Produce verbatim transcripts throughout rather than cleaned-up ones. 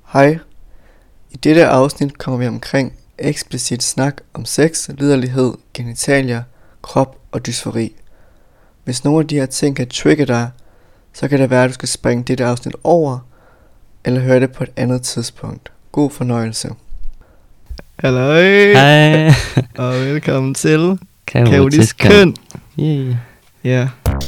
Hej. I dette afsnit kommer vi omkring eksplicit snak om sex, liderlighed, genitalier, krop og dysfori. Hvis nogle af de her ting kan trigge dig, så kan det være, at du skal springe dette afsnit over, eller høre det på et andet tidspunkt. God fornøjelse. Halløj. Hej. Og velkommen til Kaotisk Køn. Yeah. Ja.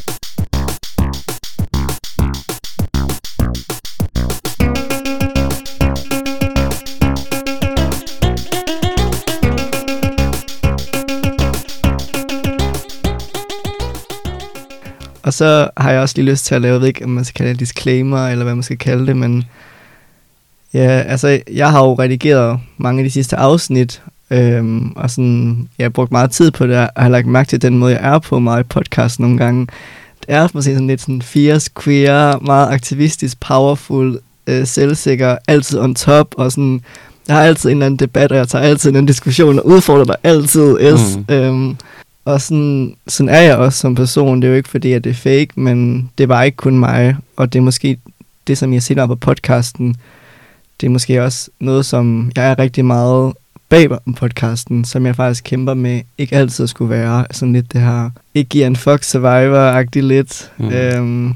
Og så har jeg også lige lyst til at lave, jeg ved ikke, om man skal kalde det disclaimer, eller hvad man skal kalde det, men ja, altså, jeg har jo redigeret mange af de sidste afsnit, øhm, og sådan, jeg har brugt meget tid på det, og har lagt mærke til den måde, jeg er på meget i podcast nogle gange. Det er måske sådan lidt sådan fierce, queer, meget aktivistisk, powerful, øh, selvsikker, altid on top, og sådan, jeg har altid en eller anden debat, og jeg tager altid en diskussion, og udfordrer dig altid, yes. Mm. Øhm, Og sådan, sådan er jeg også som person. Det er jo ikke fordi, at det er fake, men det var ikke kun mig. Og det er måske det, som jeg siger på podcasten. Det er måske også noget, som jeg er rigtig meget bag om podcasten, som jeg faktisk kæmper med ikke altid skulle være. Sådan lidt det her, ikke give en fuck survivor-agtigt lidt. Mm. Øhm,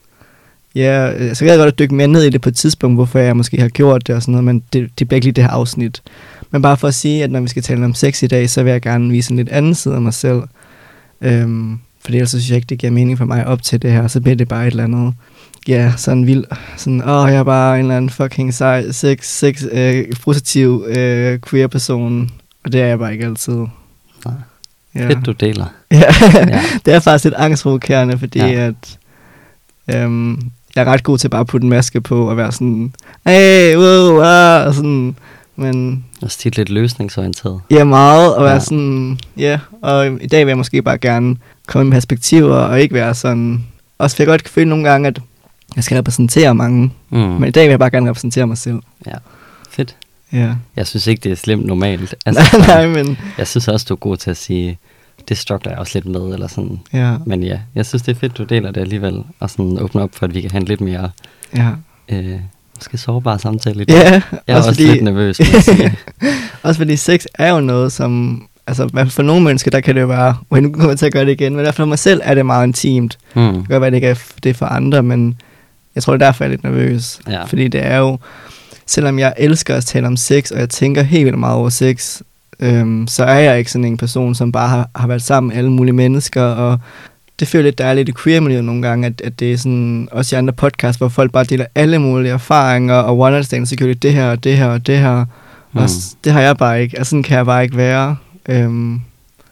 ja, så kan jeg godt dykke mere ned i det på et tidspunkt, hvorfor jeg måske har gjort det og sådan noget, men det, det bliver ikke lige det her afsnit. Men bare for at sige, at når vi skal tale om sex i dag, så vil jeg gerne vise en lidt anden side af mig selv. Øhm, fordi ellers synes jeg ikke, det giver mening for mig op til det her. Så bliver det bare et eller andet, ja, sådan vild, sådan, åh, jeg er bare en eller anden fucking sej, sex, sex, øh, positiv, øh, queer person. Og det er jeg bare ikke altid. Nej. Ja. Fedt, du deler. Ja, ja. Det er faktisk lidt angstprovokerende, fordi ja. at øhm, jeg er ret god til bare at putte en maske på og være sådan, hey, wow, ah, og sådan, men og tit lidt løsningsorienteret. Ja, meget, og være ja. sådan, ja, yeah. Og i dag vil jeg måske bare gerne komme med perspektiver, og ikke være sådan, også for jeg godt kan føle nogle gange, at jeg skal repræsentere mange, mm. men i dag vil jeg bare gerne repræsentere mig selv. Ja, fedt. Ja. Jeg synes ikke, det er slemt normalt. Altså, nej, nej, men jeg synes også, du er god til at sige, det struggler jeg også lidt med, eller sådan. Ja. Men ja, jeg synes, det er fedt, du deler det alligevel, og sådan åbner op for, at vi kan have en lidt mere ja. øh, måske sårbar samtale i dag. Ja, jeg er også, også fordi, lidt nervøs, kan jeg sige. Også fordi sex er jo noget, som, altså for nogle mennesker, der kan det jo være, og nu kommer jeg til at gøre det igen, men derfor for mig selv er det meget intimt. Mm. Det kan godt være, at det ikke er det for andre, men jeg tror, det er derfor, jeg er lidt nervøs. Ja. Fordi det er jo, selvom jeg elsker at tale om sex, og jeg tænker helt vildt meget over sex, øhm, så er jeg ikke sådan en person, som bare har, har været sammen med alle mulige mennesker, og det føler lidt, der er lidt i queer-miljøet nogle gange, at, at det er sådan, også i andre podcasts, hvor folk bare deler alle mulige erfaringer, og one night stand, så gør det det her, og det her, og det her. Mm. Og det har jeg bare ikke, altså sådan kan jeg bare ikke være. Øhm,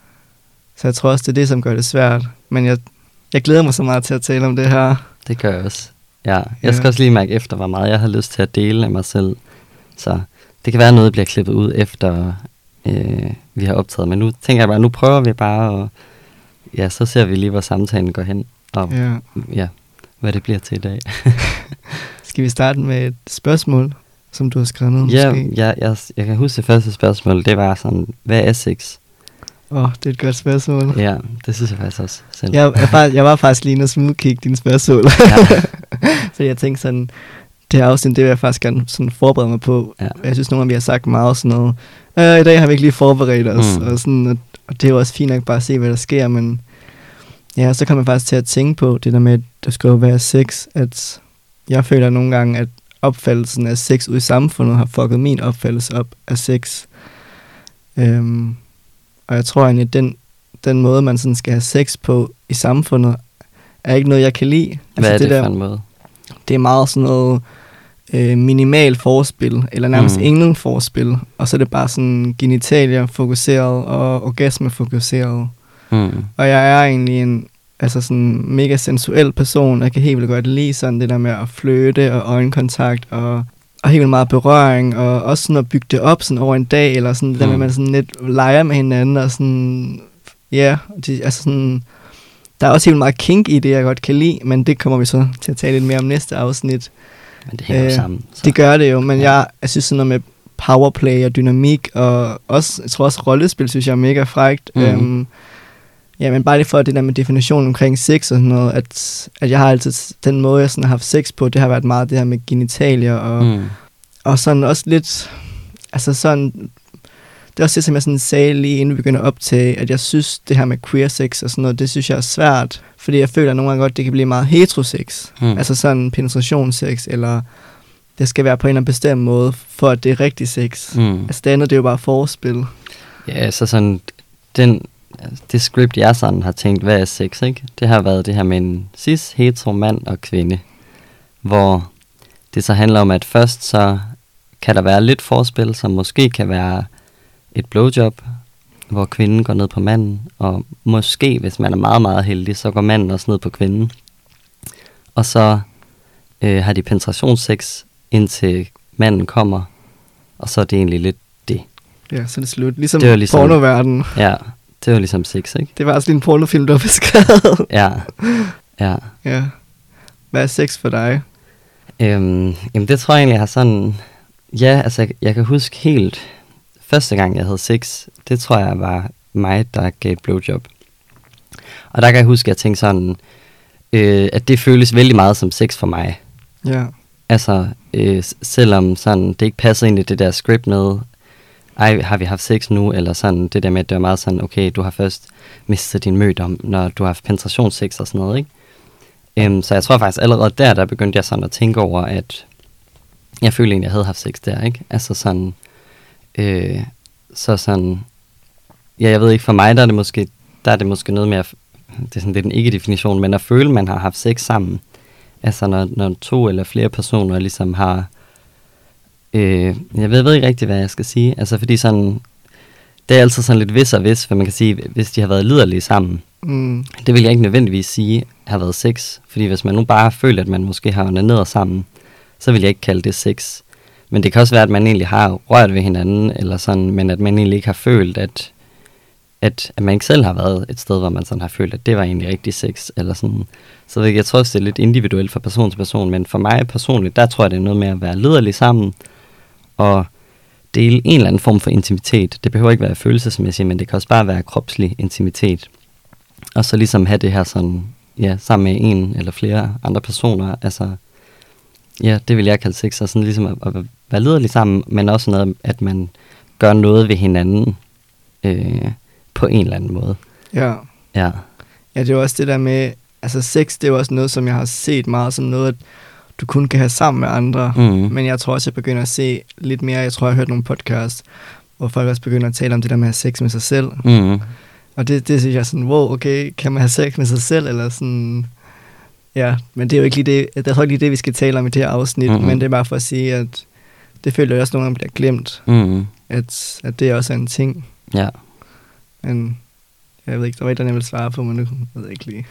så jeg tror også, det er det, som gør det svært. Men jeg, jeg glæder mig så meget til at tale om det her. Det gør jeg også. Ja, jeg ja. skal også lige mærke efter, hvor meget jeg har lyst til at dele af mig selv. Så det kan være, at noget bliver klippet ud efter, øh, vi har optaget. Men nu tænker jeg bare, nu prøver vi bare, og ja, så ser vi lige, hvor samtalen går hen. Og ja, ja hvad det bliver til i dag. Skal vi starte med et spørgsmål, som du har skrevet ned? Ja, ja jeg, jeg kan huske det første spørgsmål, det var sådan, hvad er sex? Åh, oh, det er et godt spørgsmål. Ja, det synes jeg faktisk også selv. Jeg, jeg, var, jeg var faktisk lige inde og smoothkigge dine spørgsmål. Ja. Fordi jeg tænkte sådan, det her afsnit, det vil jeg faktisk gerne sådan forberede mig på. Ja. Jeg synes, nogle af vi har sagt meget sådan noget. Øh, I dag har vi ikke lige forberedt os, mm. og, sådan, og, og det er jo også fint nok bare at se, hvad der sker, men ja, så kommer jeg faktisk til at tænke på det der med, at der skal jo være sex, at jeg føler nogle gange, at opfattelsen af sex ude i samfundet har fucket min opfattelse op af sex. Øhm, og jeg tror egentlig, at den, den måde, man sådan skal have sex på i samfundet, er ikke noget, jeg kan lide. Hvad altså, er det, det der, for en måde? Det er meget sådan noget øh, minimal forspil, eller nærmest mm. ingen forspil, og så er det bare sådan genitalier fokuseret og orgasme fokuseret. Mm. Og jeg er egentlig en altså sådan mega sensuel person. Jeg kan helt vildt godt lide sådan det der med at flirte og øjenkontakt og, og helt vildt meget berøring, og også sådan at bygge det op sådan over en dag, eller sådan mm. det der med, at man sådan lidt leger med hinanden, og sådan, ja, yeah, altså sådan, der er også helt meget kink i det, jeg godt kan lide, men det kommer vi så til at tale lidt mere om næste afsnit. Men det hænger jo øh, sammen. Så. Det gør det jo, men ja. jeg, jeg synes sådan noget med powerplay og dynamik, og også, jeg tror også rollespil, synes jeg er mega frækt. Mm. Øhm, Ja, men bare lige for det der med definitionen omkring sex og sådan noget, at, at jeg har altid, den måde jeg sådan har haft sex på, det har været meget det her med genitalier, og mm. og sådan også lidt, altså sådan, det er også det, som jeg sådan sagde lige inden vi begynder at optage, at jeg synes, det her med queer sex og sådan noget, det synes jeg er svært, fordi jeg føler nogle gange godt, det kan blive meget heterosex. Mm. Altså sådan penetrationssex, eller det skal være på en eller anden bestemt måde, for at det er rigtig sex. Mm. Altså det andet, det er jo bare forspil. Ja, så sådan, den, det script, jeg sådan har tænkt, hvad er sex, ikke? Det har været det her med en cis, hetero mand og kvinde, hvor det så handler om, at først så kan der være lidt forspil, som måske kan være et blowjob, hvor kvinden går ned på manden, og måske, hvis man er meget, meget heldig, så går manden også ned på kvinden. Og så øh, har de penetrationssex, indtil manden kommer, og så er det egentlig lidt det. Ja, så er det slut. Ligesom, det ligesom pornoverden. Ja, det var ligesom sex, ikke? Det var også lige en pornofilm, du har beskrevet. ja, ja. Ja. Hvad er sex for dig? Øhm, jamen det tror jeg egentlig har sådan... Ja, altså jeg, jeg kan huske helt... Første gang jeg havde sex, det tror jeg var mig, der gav et blowjob. Og der kan jeg huske, at jeg tænkte sådan... Øh, at det føles vældig meget som sex for mig. Ja. Altså, øh, selvom sådan, det ikke passer ind i det der script med... Ej, har vi haft sex nu? Eller sådan, det der med, at det var meget sådan... Okay, du har først mistet din mødom, når du har haft penetrationssex og sådan noget, ikke? Um, så jeg tror faktisk allerede der, der begyndte jeg sådan at tænke over, at jeg følte egentlig, jeg havde haft sex der, ikke? Altså sådan, øh, så sådan, ja, jeg ved ikke, for mig, der er det måske, der er det måske noget mere, det er sådan lidt en ikke-definition, men at føle, man har haft sex sammen. Altså når, når to eller flere personer ligesom har, øh, jeg ved, jeg ved ikke rigtig, hvad jeg skal sige, altså fordi sådan, det er altid sådan lidt vis og vis, for man kan sige, hvis de har været liderlige sammen, mm. det vil jeg ikke nødvendigvis sige har været sex, fordi hvis man nu bare føler, at man måske har onaneret sammen, så vil jeg ikke kalde det sex. Men det kan også være, at man egentlig har rørt ved hinanden, eller sådan, men at man egentlig ikke har følt, at, at, at man ikke selv har været et sted, hvor man sådan har følt, at det var egentlig rigtig sex, eller sådan. Så jeg tror også, det er lidt individuelt fra person til person, men for mig personligt, der tror jeg, det er noget med at være liderlig sammen, og dele en eller anden form for intimitet. Det behøver ikke være følelsesmæssigt, men det kan også bare være kropslig intimitet. Og så ligesom have det her sådan, ja, sammen med en eller flere andre personer, altså, ja, det vil jeg kalde sex, og sådan ligesom at, at være liderlig sammen, men også noget, at man gør noget ved hinanden øh, på en eller anden måde. Ja. Ja. Ja, det er jo også det der med, altså sex, det er jo også noget, som jeg har set meget som noget, at du kun kan have sammen med andre, mm. men jeg tror også, jeg begynder at se lidt mere, jeg tror, jeg har hørt nogle podcasts, hvor folk også begynder at tale om det der med at have sex med sig selv. Mm. Og det, det synes jeg sådan, wow, okay, kan man have sex med sig selv, eller sådan, ja, men det er jo ikke lige det, det er ikke lige det, vi skal tale om i det her afsnit, mm. men det er bare for at sige, at det føler jeg også nogle gange bliver glemt, mm. at, at det også er en ting. Ja. Men jeg ved ikke, der var et, der jeg vil svare på, men nu ved jeg ikke lige.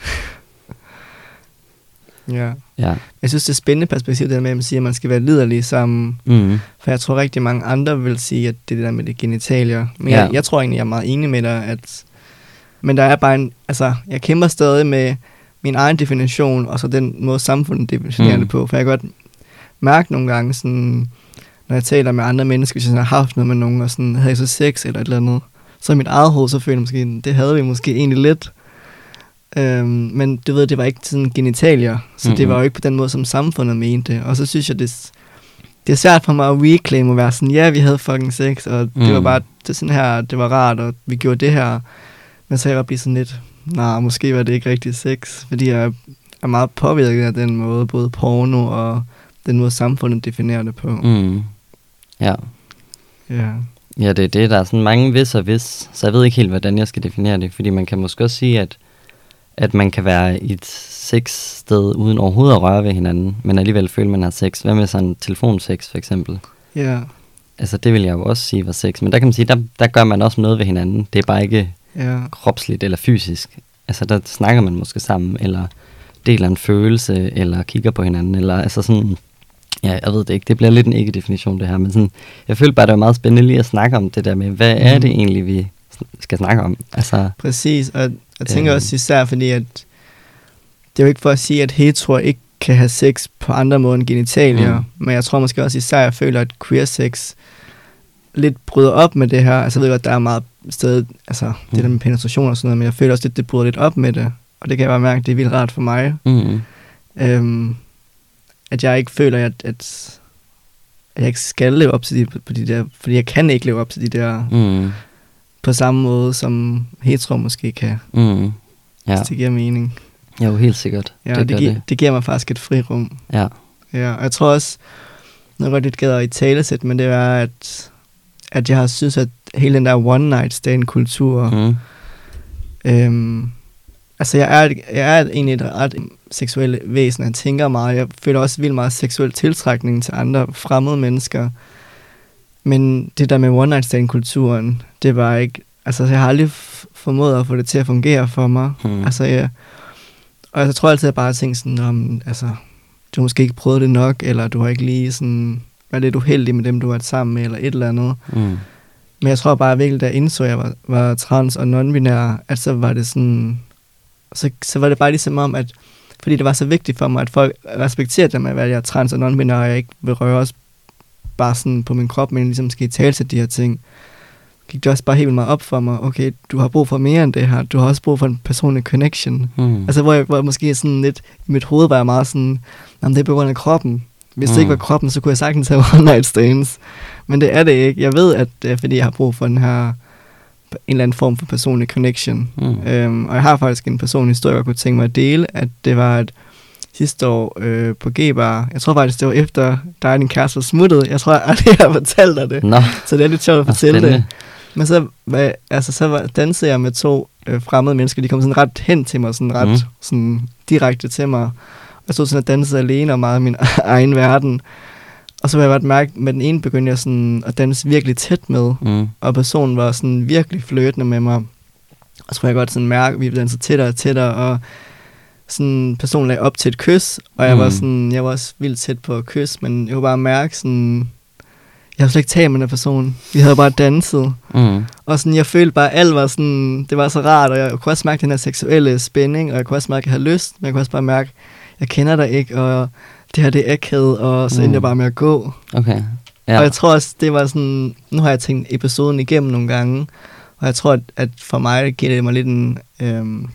Ja. ja. Jeg synes, det er spændende perspektiv, det der med, at man siger, at man skal være liderlig sammen. Mm. For jeg tror rigtig mange andre vil sige, at det er det der med det genitalier. Men ja. jeg, jeg tror egentlig, jeg er meget enig med dig, at... Men der er bare en... Altså, jeg kæmper stadig med min egen definition, og så den måde samfundet definerer mm. det på. For jeg kan godt mærke nogle gange, sådan, når jeg taler med andre mennesker, hvis jeg har haft noget med nogen, og sådan, havde jeg så sex eller et eller andet, så i mit eget hoved, så føler jeg måske, det havde vi måske egentlig lidt. Øhm, men du ved, det var ikke sådan genitalier, så mm-hmm. det var jo ikke på den måde, som samfundet mente. Og så synes jeg, det, det er svært for mig at reclaim og være sådan, ja, vi havde fucking sex, og mm. det var bare det sådan her, det var rart, og vi gjorde det her. Men så jeg var blive sådan lidt, nej, måske var det ikke rigtig sex, fordi jeg er meget påvirket af den måde, både porno og den måde, samfundet definerer det på. Mm. Ja. Ja. Ja, det er det, der er sådan mange vis og vis, så jeg ved ikke helt, hvordan jeg skal definere det, fordi man kan måske også sige, at at man kan være i et sexsted uden overhovedet at røre ved hinanden, men alligevel føle, man har sex. Hvad med sådan telefonsex, for eksempel? Ja. Yeah. Altså, det vil jeg jo også sige var sex, men der kan man sige, der, der gør man også noget ved hinanden. Det er bare ikke yeah. kropsligt eller fysisk. Altså, der snakker man måske sammen, eller deler en følelse, eller kigger på hinanden, eller altså sådan... Ja, jeg ved det ikke. Det bliver lidt en ikke-definition, det her, men sådan... Jeg føler bare, det er meget spændende lige at snakke om det der med, hvad mm. er det egentlig, vi skal snakke om? Altså... Præcis, og jeg tænker øh, også især, fordi at det er jo ikke for at sige, at heteroer ikke kan have sex på andre måder end genitalier, mm. men jeg tror måske også især, at jeg føler, at queer sex lidt bryder op med det her. Altså jeg ved godt, der er meget stadig, altså mm. det der med penetration og sådan noget, men jeg føler også, at det bryder lidt op med det, og det kan jeg bare mærke, det er vildt rart for mig. Mm. Øhm, at jeg ikke føler, at, at, at jeg ikke skal leve op til de, på de der, fordi jeg kan ikke leve op til de der, Mm. på samme måde, som hetero måske kan, Mm. Ja. hvis det giver mening. Jo, helt sikkert. Ja, det, det, det, gør gi- det. det giver mig faktisk et frirum. Ja. Ja, og jeg tror også, noget godt lidt gæder i talesæt, men det er, at, at jeg har synes, at hele den der one night stand kultur, Mm. øhm, altså jeg er, jeg er egentlig et ret seksuelt væsen, jeg tænker meget, jeg føler også vildt meget seksuel tiltrækning til andre fremmede mennesker, men det der med one night stand kulturen, det var ikke, altså jeg har aldrig f- formået at få det til at fungere for mig, Mm. altså jeg, og jeg tror altid, at jeg bare har tænkt sådan, om, altså, du har måske ikke prøvet det nok, eller du har ikke lige sådan, været lidt uheldig med dem, du har været sammen med, eller et eller andet. Mm. Men jeg tror bare virkelig, da jeg indså, at jeg var, var trans og non-binær, at så var det sådan, så, så var det bare ligesom om, at fordi det var så vigtigt for mig, at folk respekterede dem, at jeg er trans og non-binær, og jeg ikke vil røre også bare sådan på min krop, men ligesom skal i tale til de her ting, gik det også bare helt vildt meget op for mig, okay, du har brug for mere end det her, du har også brug for en personlig connection. Mm. Altså, hvor jeg, hvor jeg måske sådan lidt, i mit hoved var jeg meget sådan, jamen det er på grund af kroppen. Hvis mm. det ikke var kroppen, så kunne jeg sagtens have one night stands. Men det er det ikke. Jeg ved, at det er, fordi jeg har brug for den her, en eller anden form for personlig connection. Mm. Øhm, og jeg har faktisk en personlig historie, jeg kunne tænke mig at dele, at det var, at sidste år øh, på G-bar, jeg tror faktisk, det var efter dig og din kæreste var smuttet. Jeg tror aldrig, jeg har fortalt dig det. Nå. Så det er lidt sjovt at fortælle Spændende. det. Men så, hvad, altså, så var, dansede jeg med to øh, fremmede mennesker. De kom sådan ret hen til mig, sådan ret Mm. sådan, direkte til mig. Og jeg stod sådan og dansede alene og meget i min egen verden. Og så var jeg bare mærke, med den ene begyndte jeg sådan at danse virkelig tæt med. Mm. Og personen var sådan virkelig flirtende med mig. Og så kunne jeg godt sådan mærke, at vi dansede tættere og tættere. Og sådan personen lagde op til et kys. Og jeg Mm. var sådan, jeg var også vildt tæt på at kysse. Men jeg kunne bare mærke sådan, jeg havde slet ikke talt med den person. Vi havde bare danset. Mm. Og sådan, jeg følte bare, at alt var sådan, det var så rart, og jeg kunne også mærke den her seksuelle spænding, og jeg kunne også mærke, at jeg havde lyst, men jeg kunne også bare mærke, at jeg kender dig ikke, og det her, det er akavet, og så endte Mm. jeg bare med at gå. Okay. Ja. Ja. Og jeg tror også, det var sådan, nu har jeg tænkt episoden igennem nogle gange, og jeg tror, at, at for mig giver det mig lidt en, øhm,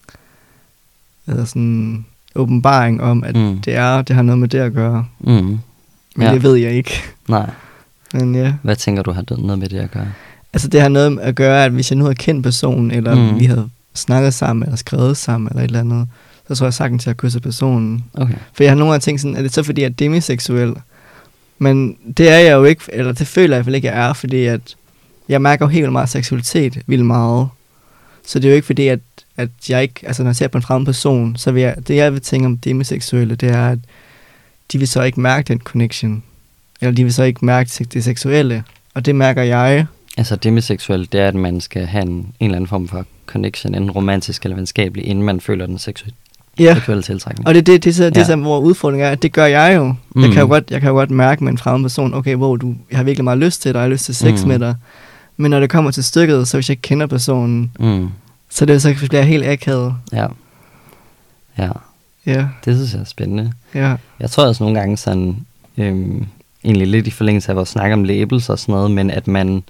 altså sådan, åbenbaring om, at Mm. det er, det har noget med det at gøre. Mm. Men Ja. det ved jeg ikke. Nej. Men ja. Hvad tænker du har det noget med det at gøre? Altså det har noget at gøre, at hvis jeg nu havde kendt personen, eller Mm. mm. vi havde snakket sammen, eller skrevet sammen, eller et eller andet, så tror jeg sagtens til at kysse personen. Okay. For jeg har nogle gange tænkt sådan, er det så fordi, jeg er demiseksuel? Men det er jeg jo ikke, eller det føler jeg i hvert fald ikke, jeg er, fordi at jeg mærker jo helt vildt meget seksualitet, vildt meget. Så det er jo ikke fordi, at, at jeg ikke, altså når jeg ser på en fremmed person, så vil jeg, det jeg vil tænke om demiseksuelle, det er, at de vil så ikke mærke den connection. Eller de vil så ikke mærke det seksuelle. Og det mærker jeg. Altså demiseksuel, det er, at man skal have en, en eller anden form for connection, enten romantisk eller venskabelig, inden man føler den seksu- Ja. seksuelle tiltrækning. Og det, det, det, det, det Ja. er så, hvor udfordringen er, at det gør jeg jo. Mm. Jeg, kan jo godt, jeg kan jo godt mærke med en fremmed person, okay, hvor du, jeg har virkelig meget lyst til dig, jeg har lyst til sex Mm. med dig. Men når det kommer til stykket, så hvis jeg ikke kender personen, Mm. så, det, så bliver jeg helt akavet. Ja. Ja, Ja, det synes jeg er spændende. ja, Jeg tror også nogle gange sådan, øhm, egentlig lidt i forlængelse af vores snak om labels og sådan noget, men at man,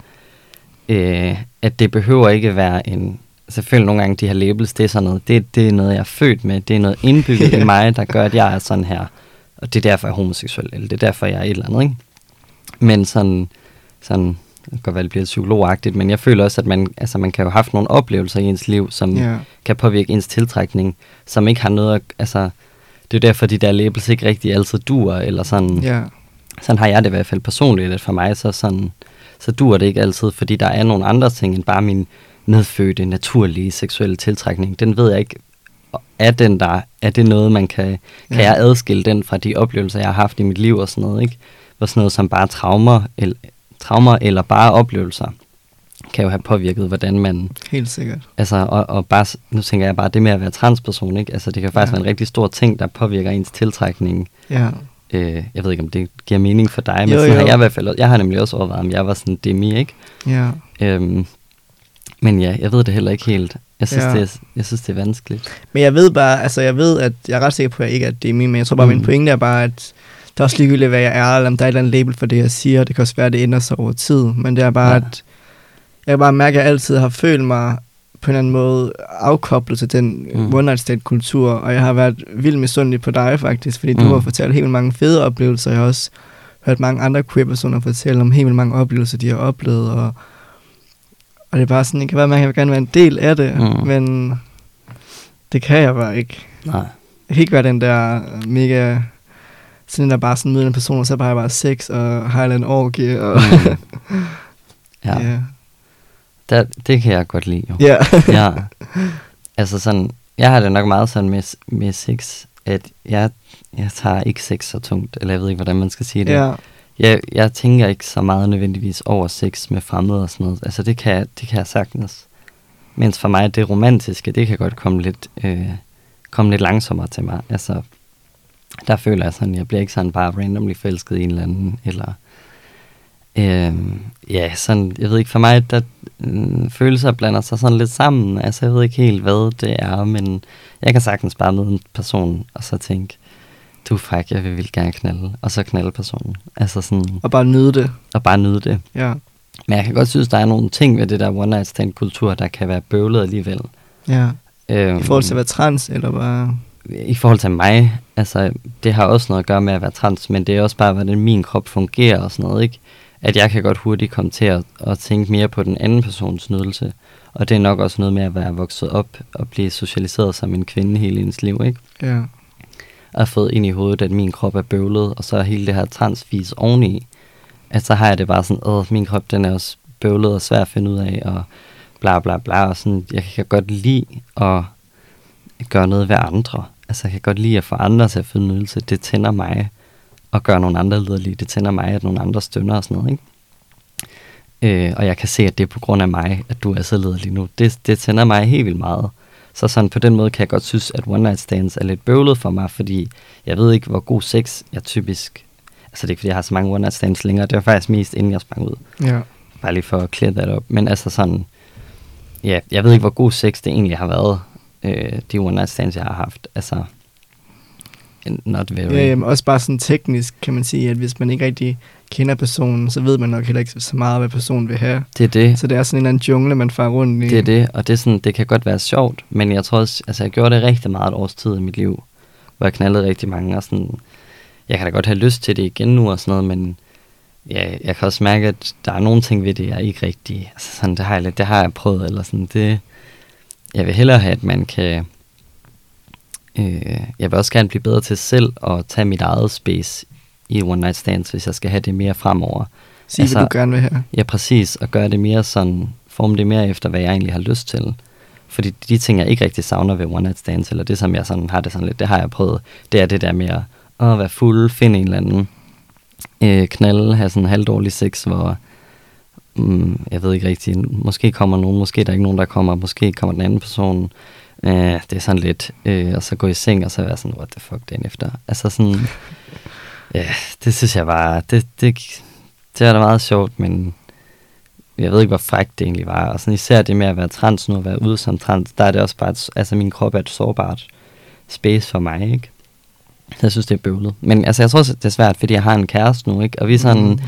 øh, at det behøver ikke være en, selvfølgelig nogle gange de her labels, det er sådan noget, det, det er noget jeg er født med, det er noget indbygget i mig, der gør, at jeg er sådan her, og det er derfor jeg er homoseksuel, eller det er derfor jeg er et eller andet, ikke? Men sådan, sådan, det kan godt være, det bliver psykologagtigt, men jeg føler også, at man, altså man kan jo have haft nogle oplevelser i ens liv, som ja, kan påvirke ens tiltrækning, som ikke har noget at, altså, det er jo derfor, de der labels ikke rigtig altid duer, eller sådan, ja, sådan har jeg det i hvert fald personligt, at for mig, så, sådan, så duer det ikke altid, fordi der er nogle andre ting, end bare min medfødte, naturlige seksuelle tiltrækning. Den ved jeg ikke, er den der, er det noget, man kan, kan Ja. jeg adskille den fra de oplevelser, jeg har haft i mit liv og sådan noget, ikke? Hvor sådan noget som bare traumer, eller, traumer eller bare oplevelser, kan jo have påvirket, hvordan man, helt sikkert. altså, og, og bare, nu tænker jeg bare, det med at være transperson, ikke? Altså, det kan faktisk Ja. være en rigtig stor ting, der påvirker ens tiltrækning. Ja, Øh, jeg ved ikke, om det giver mening for dig, men Jo, sådan har jo. jeg i hvert fald, også- jeg har nemlig også overvejet, om jeg var sådan demi, ikke? ja. Øhm, men ja, jeg ved det heller ikke helt. Jeg synes, Ja. det, er, jeg synes det er vanskeligt. Men jeg ved bare, altså jeg ved, at jeg er ret sikker på, at jeg ikke er demi, men jeg tror bare, Mm. min pointe er bare, at det er også ligegyldigt, hvad jeg er, eller om der er et eller andet label for det, jeg siger. Det kan også være, at det ændrer sig over tid, men det er bare, Ja. ja. at jeg kan bare mærke, at jeg altid har følt mig på en eller anden måde afkoblet til den Mm. mm. one night stand kultur, og jeg har været vildt misundelig på dig faktisk, fordi Mm. du har fortalt helt vildt mange fede oplevelser, jeg også hørt mange andre queer-personer fortælle om helt vildt mange oplevelser, de har oplevet, og, og det er bare sådan, det kan være, at man kan gerne være en del af det, mm. men det kan jeg bare ikke. Nej. Jeg kan ikke være den der mega, sådan der bare sådan møder en person, og så bare bare sex, og har en orgie, og... Mm. Ja. Yeah. Der, det kan jeg godt lide, jo. Ja. Ja. Altså sådan, jeg har det nok meget sådan med, med sex, at jeg, jeg tager ikke sex så tungt, eller jeg ved ikke, hvordan man skal sige det. Ja. Jeg, jeg tænker ikke så meget nødvendigvis over sex med fremmede og sådan noget. Altså det kan, det kan jeg sagtens. Mens for mig, det romantiske, det kan godt komme lidt, øh, komme lidt langsommere til mig. Altså, der føler jeg sådan, jeg bliver ikke sådan bare randomly forelsket i en eller anden, eller... Øh, ja, sådan, jeg ved ikke, for mig, der øh, følelser blander sig sådan lidt sammen. Altså, jeg ved ikke helt, hvad det er, men jeg kan sagtens bare møde en person, og så tænke, du er fræk, jeg vil, vil gerne knalde, og så knalde personen. Altså sådan... Og bare nyde det. Og bare nyde det. Ja. Men jeg kan godt synes, der er nogle ting ved det der one night stand kultur, der kan være bøvlet alligevel. Ja. Øhm, I forhold til at være trans, eller bare... I forhold til mig, altså, det har også noget at gøre med at være trans, men det er også bare, hvordan min krop fungerer og sådan noget, ikke? At jeg kan godt hurtigt komme til at, at tænke mere på den anden persons nydelse. Og det er nok også noget med at være vokset op og blive socialiseret som en kvinde hele ens liv, ikke? Ja. Og har fået ind i hovedet, at min krop er bøvlet, og så er hele det her transfis oveni. At så har jeg det bare sådan, åh, min krop, den er også bøvlet og svær at finde ud af, og bla bla bla, og sådan, jeg kan godt lide at gøre noget ved andre. Altså, jeg kan godt lide at få andre til at finde nydelse. Det tænder mig. Og gøre nogle andre liderlige. Det tænder mig, at nogle andre stønner og sådan noget, ikke? Øh, og jeg kan se, at det er på grund af mig, at du er så liderlig nu. Det, det tænder mig helt vildt meget. Så sådan på den måde kan jeg godt synes, at one night stands er lidt bøvlet for mig, fordi jeg ved ikke, hvor god sex jeg typisk... Altså, det er ikke, fordi jeg har så mange one night stands længere. Det var faktisk mest, inden jeg sprang ud. Ja. Bare lige for at clear that op. Men altså sådan... Ja, jeg ved ikke, hvor god sex det egentlig har været, øh, de one night stands, jeg har haft. Altså... Not very. Ja, jamen, også bare sådan teknisk kan man sige, at hvis man ikke rigtig kender personen, så ved man nok heller ikke så meget, hvad personen vil have. Det er det. Så det er sådan en eller anden jungle, man farer rundt i. Det er det, og det, er sådan, det kan godt være sjovt, men jeg tror også, altså jeg gjorde det rigtig meget et års tid i mit liv, hvor jeg knaldede rigtig mange, og sådan, jeg kan da godt have lyst til det igen nu og sådan noget, men ja, jeg kan også mærke, at der er nogle ting ved det, jeg ikke rigtig, altså sådan, det har jeg lidt, det har jeg prøvet, eller sådan, det, jeg vil hellere have, at man kan, øh, jeg vil også gerne blive bedre til selv at tage mit eget space i one night stands, hvis jeg skal have det mere fremover. Sig, altså, hvad du gerne vil have. Ja, præcis, og gøre det mere sådan, forme det mere efter, hvad jeg egentlig har lyst til. Fordi de ting, jeg ikke rigtig savner ved one night stands, eller det, som jeg sådan har det sådan lidt, det har jeg prøvet, det er det der med at åh, være fuld, finde en eller anden, øh, knalde, have sådan halvdårlig sex, hvor, mm, jeg ved ikke rigtigt, måske kommer nogen, måske der er ikke nogen, der kommer, måske kommer den anden person, øh, det er sådan lidt, øh, og så gå i seng, og så være sådan, what the fuck, dagen efter. Altså sådan, ja, det synes jeg bare, det, det, det er da meget sjovt, men jeg ved ikke, hvor frækt det egentlig var. Og sådan især det med at være trans nu, at være ude som trans, der er det også bare, et, altså min krop er et sårbart space for mig, ikke? Jeg synes, det er bøvlet. Men altså, jeg tror også, det er svært, fordi jeg har en kæreste nu, ikke? Og vi er sådan, mm.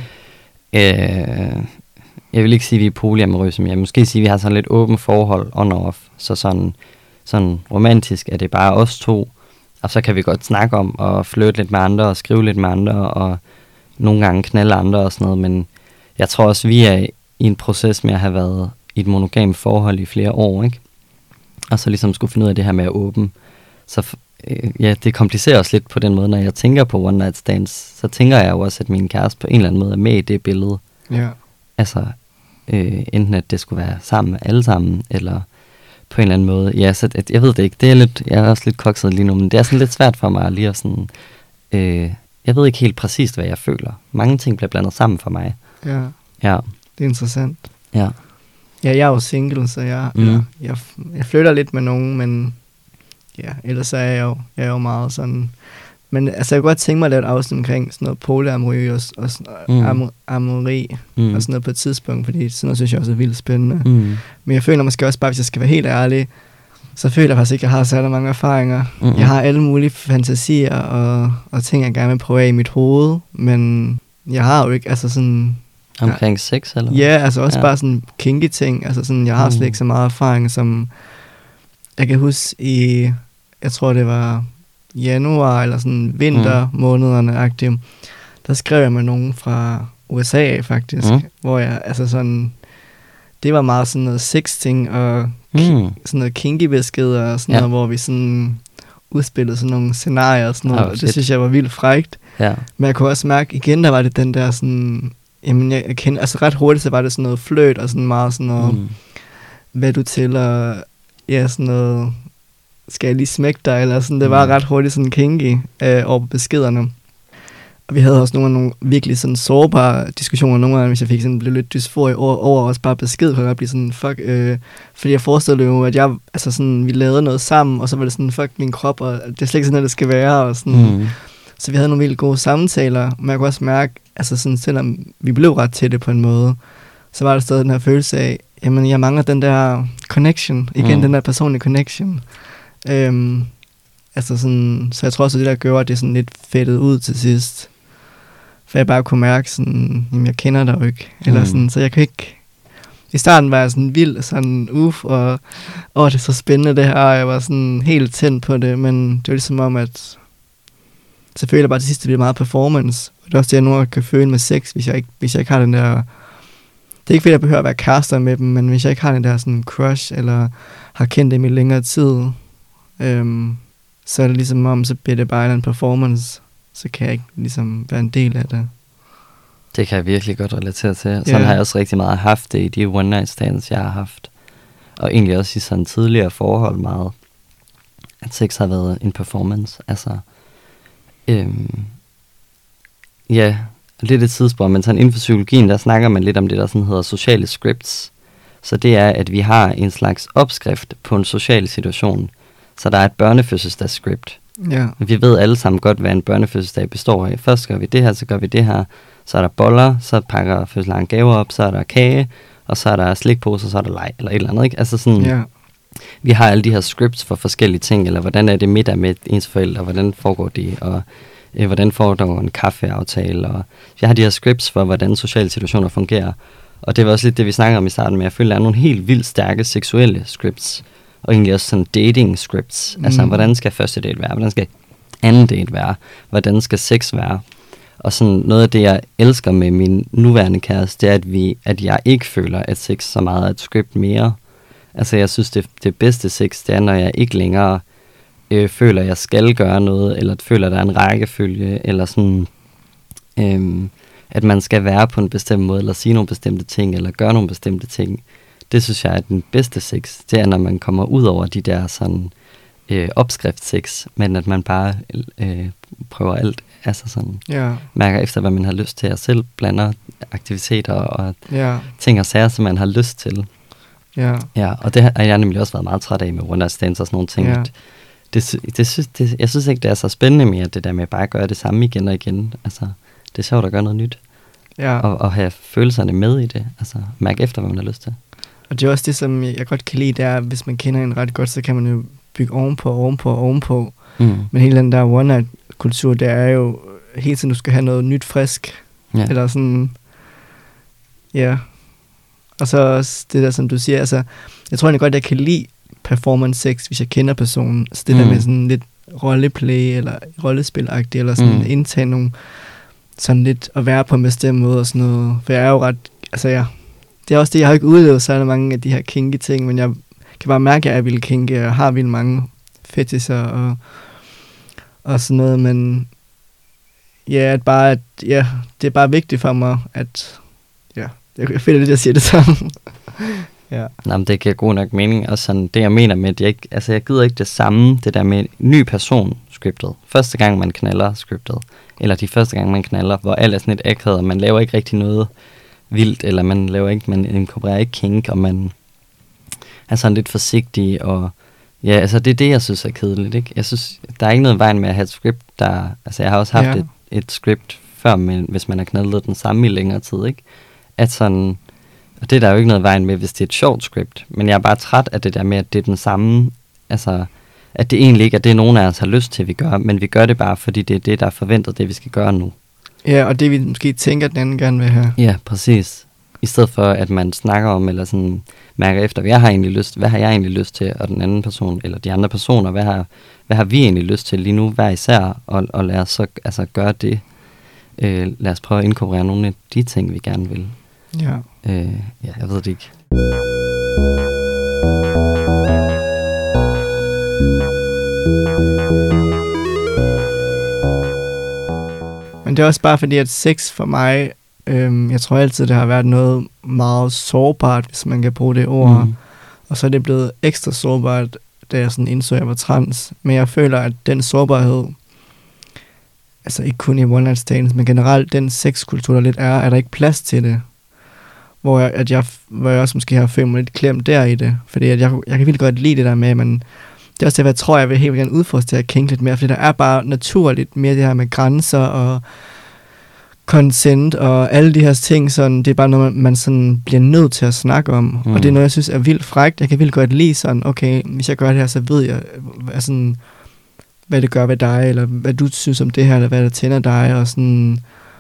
øh, jeg vil ikke sige, at vi er polyamorøse, men jeg vil måske sige, at vi har sådan lidt åbent forhold on og off. Så sådan, sådan romantisk er det bare os to, og så kan vi godt snakke om og flirte lidt med andre og skrive lidt med andre og nogle gange knalde andre og sådan noget, men jeg tror også, vi er i en proces med at have været i et monogamt forhold i flere år, ikke? Og så ligesom skulle finde ud af det her med at åbne. Så øh, ja, det komplicerer os lidt på den måde, når jeg tænker på one night stands, så tænker jeg jo også, at min kæreste på en eller anden måde er med i det billede. Ja. Altså, øh, enten at det skulle være sammen alle sammen, eller på en eller anden måde. Ja, så at, jeg ved det ikke, det er lidt, jeg er også lidt kokset lige nu, men det er sådan lidt svært for mig lige at sådan, øh, jeg ved ikke helt præcist, hvad jeg føler. Mange ting bliver blandet sammen for mig. Ja. Ja. Det er interessant. Ja. Ja, jeg er jo single, så jeg, mm. eller, jeg, jeg flytter lidt med nogen, men ja, ellers så er jeg jo, jeg er jo meget sådan... Men altså, jeg kunne godt tænke mig at lave et afsnit omkring sådan noget polyamori og, og sådan mm. amor, amori mm. og sådan noget på et tidspunkt, fordi sådan noget synes jeg også er vildt spændende. Mm. Men jeg føler måske også bare, hvis jeg skal være helt ærlig, så føler jeg faktisk ikke, at jeg har særlig mange erfaringer. Mm-hmm. Jeg har alle mulige fantasier og, og ting, jeg gerne vil prøve af i mit hoved, men jeg har jo ikke, altså sådan... Omkring sex, eller? Ja, altså også ja. bare sådan kinky ting. Altså sådan, jeg har slet ikke så meget erfaring, som... Jeg kan huske i... Jeg tror, det var januar, eller sådan vintermånederne-agtigt. der skrev jeg med nogen fra U S A af, faktisk, mm. hvor jeg, altså sådan, det var meget sådan noget sexting og mm. sådan noget kinky beskeder og sådan ja. noget, hvor vi sådan udspillede sådan nogle scenarier og sådan noget, oh, og det synes jeg var vildt frækt. Ja. Men jeg kunne også mærke, igen der var det den der sådan, jamen jeg, jeg kender, altså ret hurtigt så var det sådan noget fløjt og sådan meget sådan noget, mm. hvad du til, og ja, sådan noget, skal jeg lige smække dig, eller sådan, det var mm. ret hurtigt sådan kinky øh, over beskederne. Og vi havde også nogle, nogle virkelig sådan sårbare diskussioner, nogle gange, hvis jeg fik sådan, blev lidt dysforisk over, over også bare besked, kunne jeg blive sådan, fuck, øh, fordi jeg forestillede jo, at jeg, altså sådan, vi lavede noget sammen, og så var det sådan, fuck min krop, og det er slet ikke sådan, at det skal være, og sådan. Mm. Så vi havde nogle virkelig gode samtaler, men jeg kunne også mærke, altså sådan, selvom vi blev ret tætte på en måde, så var der stadig den her følelse af, jamen, jeg mangler den der connection, igen, mm. den der personlige connection. Øhm, altså sådan, så jeg tror også, at det der gjorde, at det sådan lidt fedtet ud til sidst. For jeg bare kunne mærke sådan, jamen jeg kender dig jo ikke. Eller mm. sådan, så jeg kan ikke... I starten var jeg sådan vild, sådan uff, og åh, det er så spændende det her, og jeg var sådan helt tændt på det, men det var ligesom om, at selvfølgelig bare til sidst, det bliver meget performance. Og det er også det, jeg nu kan føle med sex, hvis jeg ikke, hvis jeg ikke har den der... Det er ikke fordi, jeg behøver at være kærester med dem, men hvis jeg ikke har den der sådan crush, eller har kendt dem i længere tid, øhm, så er det ligesom om, så bliver det bare en performance, så kan jeg ikke ligesom være en del af det. Det kan jeg virkelig godt relatere til. Sådan yeah. har jeg også rigtig meget haft det i de one night stands, jeg har haft. Og egentlig også i sådan tidligere forhold meget, at sex har været en performance. Altså, øhm, ja, lidt et tidsspor, men sådan inden for psykologien, der snakker man lidt om det, der sådan hedder sociale scripts. Så det er, at vi har en slags opskrift på en social situation. Så der er et børnefødselsdagsscript. Ja. Vi ved alle sammen godt, hvad en børnefødselsdag består af. Først gør vi det her, så gør vi det her. Så er der boller, så pakker fødselaren gaver op, så er der kage, og så er der slikposer, så er der leg, eller et eller andet, ikke? Altså sådan, ja. Vi har alle de her scripts for forskellige ting, eller hvordan er det middag med ens forældre, hvordan foregår det, og øh, hvordan foregår en kaffeaftale, og jeg har de her scripts for, hvordan sociale situationer fungerer. Og det var også lidt det, vi snakkede om i starten med. Jeg føler, der er nogle helt vildt stærke seksuelle scripts, og egentlig også sådan dating scripts. Mm. Altså, hvordan skal første date være? Hvordan skal anden date være? Hvordan skal sex være? Og sådan noget af det, jeg elsker med min nuværende kæreste, det er, at, vi, at jeg ikke føler, at sex så meget er et script mere. Altså, jeg synes, det, det bedste sex, det er, når jeg ikke længere øh, føler, at jeg skal gøre noget, eller føler, at der er en rækkefølge, eller sådan... Øh, at man skal være på en bestemt måde, eller sige nogle bestemte ting, eller gøre nogle bestemte ting. Det synes jeg er den bedste sex. Det er, når man kommer ud over de der sådan øh, opskriftsex, men at man bare øh, prøver alt, altså sådan, yeah. mærker efter, hvad man har lyst til, og selv blander aktiviteter og yeah. ting og sager, som man har lyst til. Yeah. Ja, og det har jeg nemlig også været meget træt af med one night stands og sådan nogle ting. Yeah. Det, det, synes, det, jeg synes ikke, det er så spændende mere, det der med bare at gøre det samme igen og igen. Altså, det er sjovt at gøre noget nyt. Ja. Og, og have følelserne med i det. Altså, mærke efter, hvad man har lyst til. Og det er også det, som jeg godt kan lide, det er, hvis man kender en ret godt, så kan man jo bygge ovenpå, ovenpå, ovenpå. Mm. Men hele den der one-night-kultur, det er jo hele tiden, du skal have noget nyt, frisk. Ja. Eller sådan, ja. Og så også det der, som du siger, altså, jeg tror egentlig godt, jeg kan lide performance sex, hvis jeg kender personen. Så det mm. der med sådan lidt rolleplay, eller rollespilagtigt, eller sådan mm. indtage nogle, sådan lidt at være på en bestemt måde og sådan noget. For jeg er jo ret, altså ja, det er også det, jeg har ikke udlevet særlig mange af de her kinky ting, men jeg kan bare mærke, at jeg er vildt kinky, og har vildt mange fetisher og, og sådan noget, men ja, at bare, at, ja, det er bare vigtigt for mig, at ja, jeg føler lidt, at jeg siger det sammen. Ja. Nå, men det giver god nok mening, og sådan det, jeg mener med, det ikke, altså jeg gider ikke det samme, det der med en ny person scriptet. Første gang, man knaller scriptet, eller de første gang, man knaller, hvor alt er sådan et akavet, og man laver ikke rigtig noget vildt, eller man laver ikke, man inkorporerer ikke kink, og man er sådan lidt forsigtig, og ja, altså det er det, jeg synes er kedeligt, ikke? Jeg synes, der er ikke noget vejen med at have et script, der, altså jeg har også haft ja. et, et script før, men hvis man har knaldet den samme i længere tid, ikke? At sådan, og det er der jo ikke noget vejen med, hvis det er et sjovt script, men jeg er bare træt af det der med, at det er den samme, altså, at det egentlig ikke er det, nogen af os har lyst til, vi gør, men vi gør det bare, fordi det er det, der er forventet, det vi skal gøre nu. Ja, og det vi måske tænker, at den anden gerne vil have. Ja, præcis. I stedet for, at man snakker om, eller sådan mærker efter, hvad jeg har egentlig lyst, hvad har jeg egentlig lyst til, og den anden person, eller de andre personer, hvad har, hvad har vi egentlig lyst til lige nu, hver især, og, og lad os så altså, gøre det. Øh, lad os prøve at inkorporere nogle af de ting, vi gerne vil. Ja. Øh, ja, jeg ved det ikke. Men det er også bare fordi, at sex for mig, øhm, jeg tror altid, det har været noget meget sårbart, hvis man kan bruge det ord. Mm. Og så er det blevet ekstra sårbart, da jeg sådan indså, at jeg var trans. Men jeg føler, at den sårbarhed, altså ikke kun i one night stands, men generelt den sexkultur, der lidt er, er der ikke plads til det. Hvor jeg, at jeg, hvor jeg også måske har følt mig lidt klemt der i det. Fordi at jeg, jeg kan virkelig godt lide det der med, men det er også det, jeg tror, jeg vil helt gerne udforske det her kink lidt mere, fordi der er bare naturligt mere det her med grænser og consent og alle de her ting, sådan, det er bare noget, man sådan bliver nødt til at snakke om. Mm. Og det er noget, jeg synes er vildt frækt. Jeg kan vildt godt lide sådan, okay, hvis jeg gør det her, så ved jeg, hvad, sådan, hvad det gør ved dig, eller hvad du synes om det her, eller hvad der tænder dig, og sådan.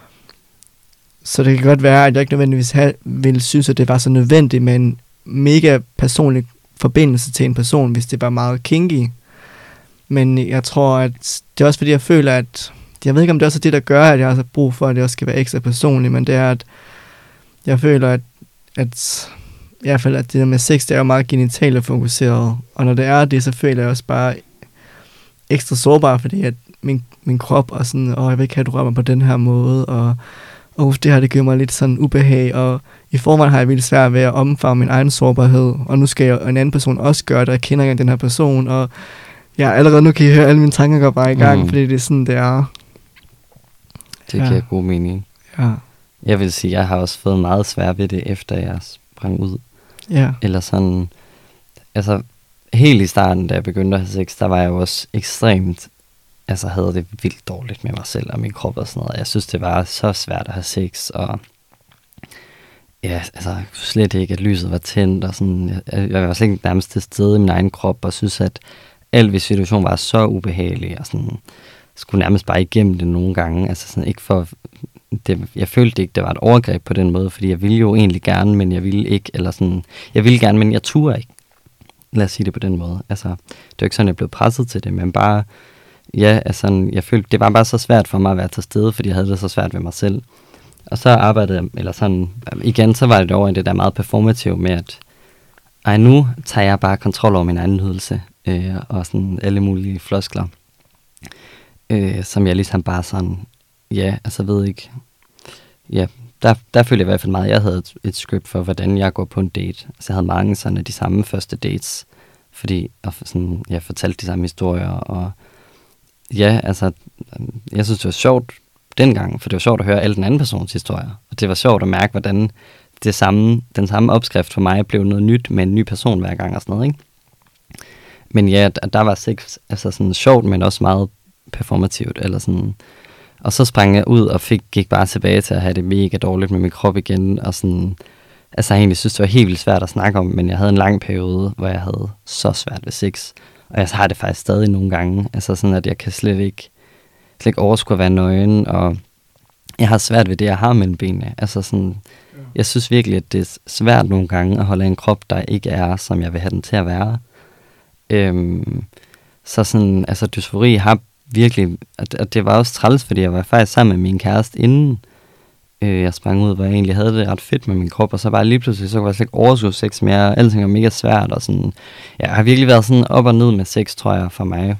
Så det kan godt være, at jeg ikke nødvendigvis have, ville synes, at det var så nødvendigt med en mega personlig forbindelse til en person, hvis det var meget kinky. Men jeg tror, at det er også fordi, jeg føler, at jeg ved ikke, om det også er det, der gør, at jeg har brug for, at det også skal være ekstra personligt, men det er, at jeg føler, at, at i hvert fald, at det der med sex, det er jo meget genitalt fokuseret, og når det er det, så føler jeg også bare ekstra sårbar, fordi at min, min krop og sådan, åh, jeg vil ikke have, at du rører mig på den her måde, og åh, det her, det giver mig lidt sådan ubehag, og i forvejen har jeg vildt svært ved at omfavne min egen sårbarhed, og nu skal jeg, en anden person også gøre det, og jeg kender ikke den her person, og ja, allerede nu kan I høre, alle mine tanker går bare i gang, mm. fordi det er sådan, det er. Det giver ja. god mening. Ja. Jeg vil sige, jeg har også fået meget svært ved det, efter jeg sprang ud. Ja. Eller sådan, altså helt i starten, da jeg begyndte at have sex, der var jeg jo også ekstremt, altså havde det vildt dårligt med mig selv og min krop og sådan noget. Jeg synes, det var så svært at have sex, og ja, altså slet ikke, at lyset var tændt, og sådan, jeg, jeg var slet ikke nærmest til stede i min egen krop, og synes, at alt ved situationen var så ubehagelig, og sådan, skulle nærmest bare igennem det nogle gange, altså sådan ikke for, det, jeg følte ikke, det var et overgreb på den måde, fordi jeg ville jo egentlig gerne, men jeg ville ikke, eller sådan, jeg ville gerne, men jeg turde ikke, lad os sige det på den måde, altså, det var ikke sådan, jeg blev presset til det, men bare, ja, altså, jeg følte, det var bare så svært for mig at være til stede, fordi jeg havde det så svært ved mig selv, og så arbejdede jeg, eller sådan, igen, så var det over i det der meget performative med, at, ej, nu tager jeg bare kontrol over min egen nydelse, øh, og sådan alle mulige floskler, Øh, som jeg ligesom bare sådan, ja, altså ved ikke, ja, der, der følte jeg i hvert fald meget, jeg havde et, et script for, hvordan jeg går på en date. Altså jeg havde mange sådan af de samme første dates, fordi jeg sådan, jeg fortalte de samme historier, og ja, altså, jeg synes det var sjovt dengang, for det var sjovt at høre alle den anden persons historier, og det var sjovt at mærke, hvordan det samme, den samme opskrift for mig blev noget nyt med en ny person hver gang og sådan noget, ikke? Men ja, der var sex, altså sådan sjovt, men også meget performativt, eller sådan. Og så sprang jeg ud og fik, gik bare tilbage til at have det mega dårligt med min krop igen, og sådan, altså jeg egentlig synes, det var helt vildt svært at snakke om, men jeg havde en lang periode, hvor jeg havde så svært ved sex, og jeg har det faktisk stadig nogle gange, altså sådan, at jeg kan slet ikke, slet ikke overskue at være nøgen, og jeg har svært ved det, jeg har mellem benene, altså sådan, jeg synes virkelig, at det er svært nogle gange at holde en krop, der ikke er, som jeg vil have den til at være. Øhm, så sådan, altså dysfori har virkelig, og det var også træls, fordi jeg var faktisk sammen med min kæreste inden øh, jeg sprang ud, hvor jeg egentlig havde det ret fedt med min krop, og så bare lige pludselig, så kunne jeg slet ikke overskue sex mere, alting var mega svært, og sådan, jeg har virkelig været sådan op og ned med sex, tror jeg, for mig.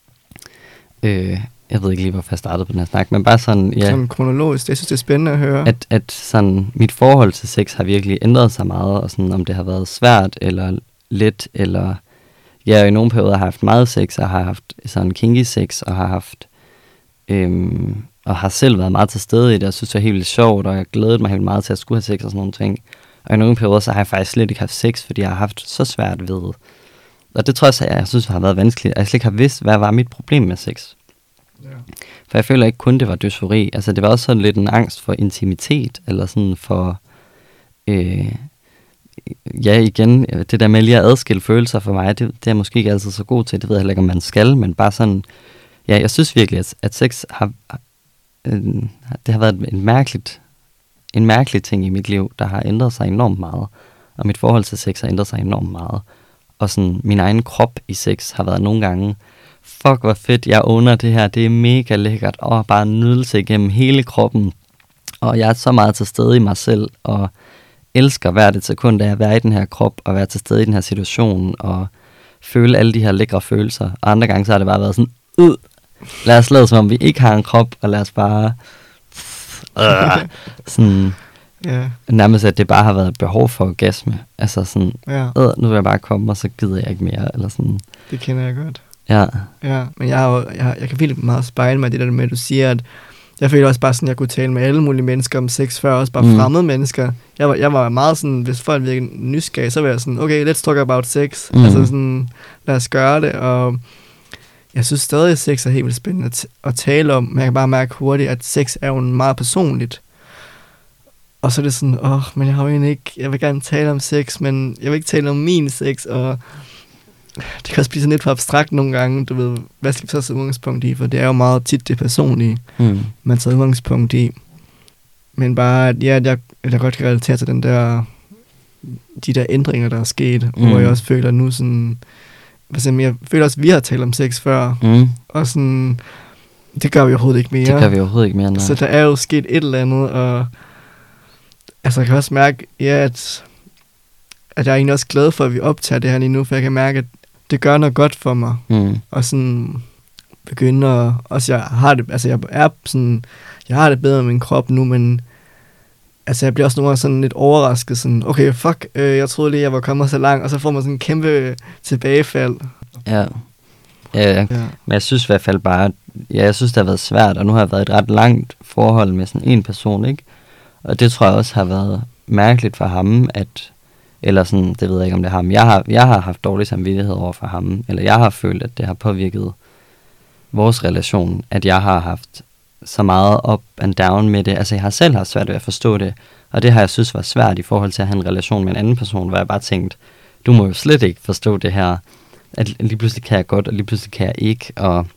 Øh, jeg ved ikke lige, hvorfor jeg startede på den her snak, men bare sådan, ja. Sådan kronologisk, jeg synes, det er spændende at høre. At, at sådan, mit forhold til sex har virkelig ændret sig meget, og sådan, om det har været svært, eller let, eller ja, i nogle perioder har jeg haft meget sex, og har haft sådan kinky sex, og har haft, øhm, og har selv været meget til stede i det, og synes det var helt vildt sjovt, og jeg glædede mig helt meget til at skulle have sex og sådan nogle ting. Og i nogle perioder, så har jeg faktisk slet ikke haft sex, fordi jeg har haft så svært ved, og det tror jeg, at jeg synes har været vanskeligt, at jeg slet ikke har vidst, hvad var mit problem med sex. Ja. For jeg føler ikke kun, det var dysfori, altså det var også sådan lidt en angst for intimitet, eller sådan for, øh, ja, igen, det der med lige at adskille følelser for mig, det, det er jeg måske ikke altid så god til, det ved jeg heller ikke, om man skal, men bare sådan, ja, jeg synes virkelig, at, at sex har, øh, det har været en mærkeligt, en mærkelig ting i mit liv, der har ændret sig enormt meget, og mit forhold til sex har ændret sig enormt meget, og sådan, min egen krop i sex har været nogle gange fuck hvor fedt, jeg owner det her, det er mega lækkert, og bare nydelse igennem hele kroppen, og jeg er så meget til stede i mig selv, og elsker hvert et sekund af at være i den her krop, og være til stede i den her situation, og føle alle de her lækre følelser, og andre gange så har det bare været sådan, ud, lad os lade som om vi ikke har en krop, og lad os bare, øh, sådan, yeah. nærmest at det bare har været et behov for orgasme, altså sådan, yeah. øh, nu vil jeg bare komme, og så gider jeg ikke mere, eller sådan. Det kender jeg godt. Ja. Ja, men jeg, har jo, jeg, jeg kan virkelig meget spejle mig i det der med, at du siger, at jeg føler også bare sådan, at jeg kunne tale med alle mulige mennesker om sex før, også bare mm. fremmede mennesker. Jeg var, jeg var meget sådan, hvis folk virkelig nysgerrige, så var jeg sådan, okay, let's talk about sex. Mm. Altså sådan, lad os gøre det, og jeg synes stadig, at sex er helt vildt spændende at, at tale om, men jeg kan bare mærke hurtigt, at sex er jo meget personligt. Og så er det sådan, åh, oh, men jeg har jo egentlig ikke, jeg vil gerne tale om sex, men jeg vil ikke tale om min sex, og det kan også blive sådan lidt for abstrakt nogle gange, du ved, hvad skal vi så tage udgangspunkt i, for det er jo meget tit det personlige, mm. man tager udgangspunkt i. Men bare, at ja, at jeg, at jeg godt kan relatere til den der, de der ændringer, der er sket, mm. hvor jeg også føler nu sådan, altså, jeg føler også, at vi har talt om sex før, mm. og sådan, det gør vi overhovedet ikke mere. Det gør vi overhovedet ikke mere, nej. Så der er jo sket et eller andet, og altså jeg kan også mærke, ja, at, at jeg er egentlig også glad for, at vi optager det her lige nu, for jeg kan mærke, at det gør noget godt for mig, mm. og sådan begynde at, også jeg har det, altså jeg er sådan, jeg har det bedre med min krop nu, men altså jeg bliver også nogle gange sådan lidt overrasket, sådan, okay, fuck, øh, jeg troede lige, jeg var kommet så langt, og så får man sådan en kæmpe tilbagefald. Ja. Ja, ja. ja. Men jeg synes i hvert fald bare, ja, jeg synes det har været svært, og nu har jeg været et ret langt forhold med sådan en person, ikke? Og det tror jeg også har været mærkeligt for ham, at, eller sådan, det ved jeg ikke om det har ham, jeg har, jeg har haft dårlig samvittighed over for ham, eller jeg har følt, at det har påvirket vores relation, at jeg har haft så meget up and down med det. Altså jeg har selv haft svært ved at forstå det, og det har jeg synes var svært i forhold til at have en relation med en anden person, hvor jeg bare tænkte, du må jo slet ikke forstå det her, at lige pludselig kan jeg godt, og lige pludselig kan jeg ikke, og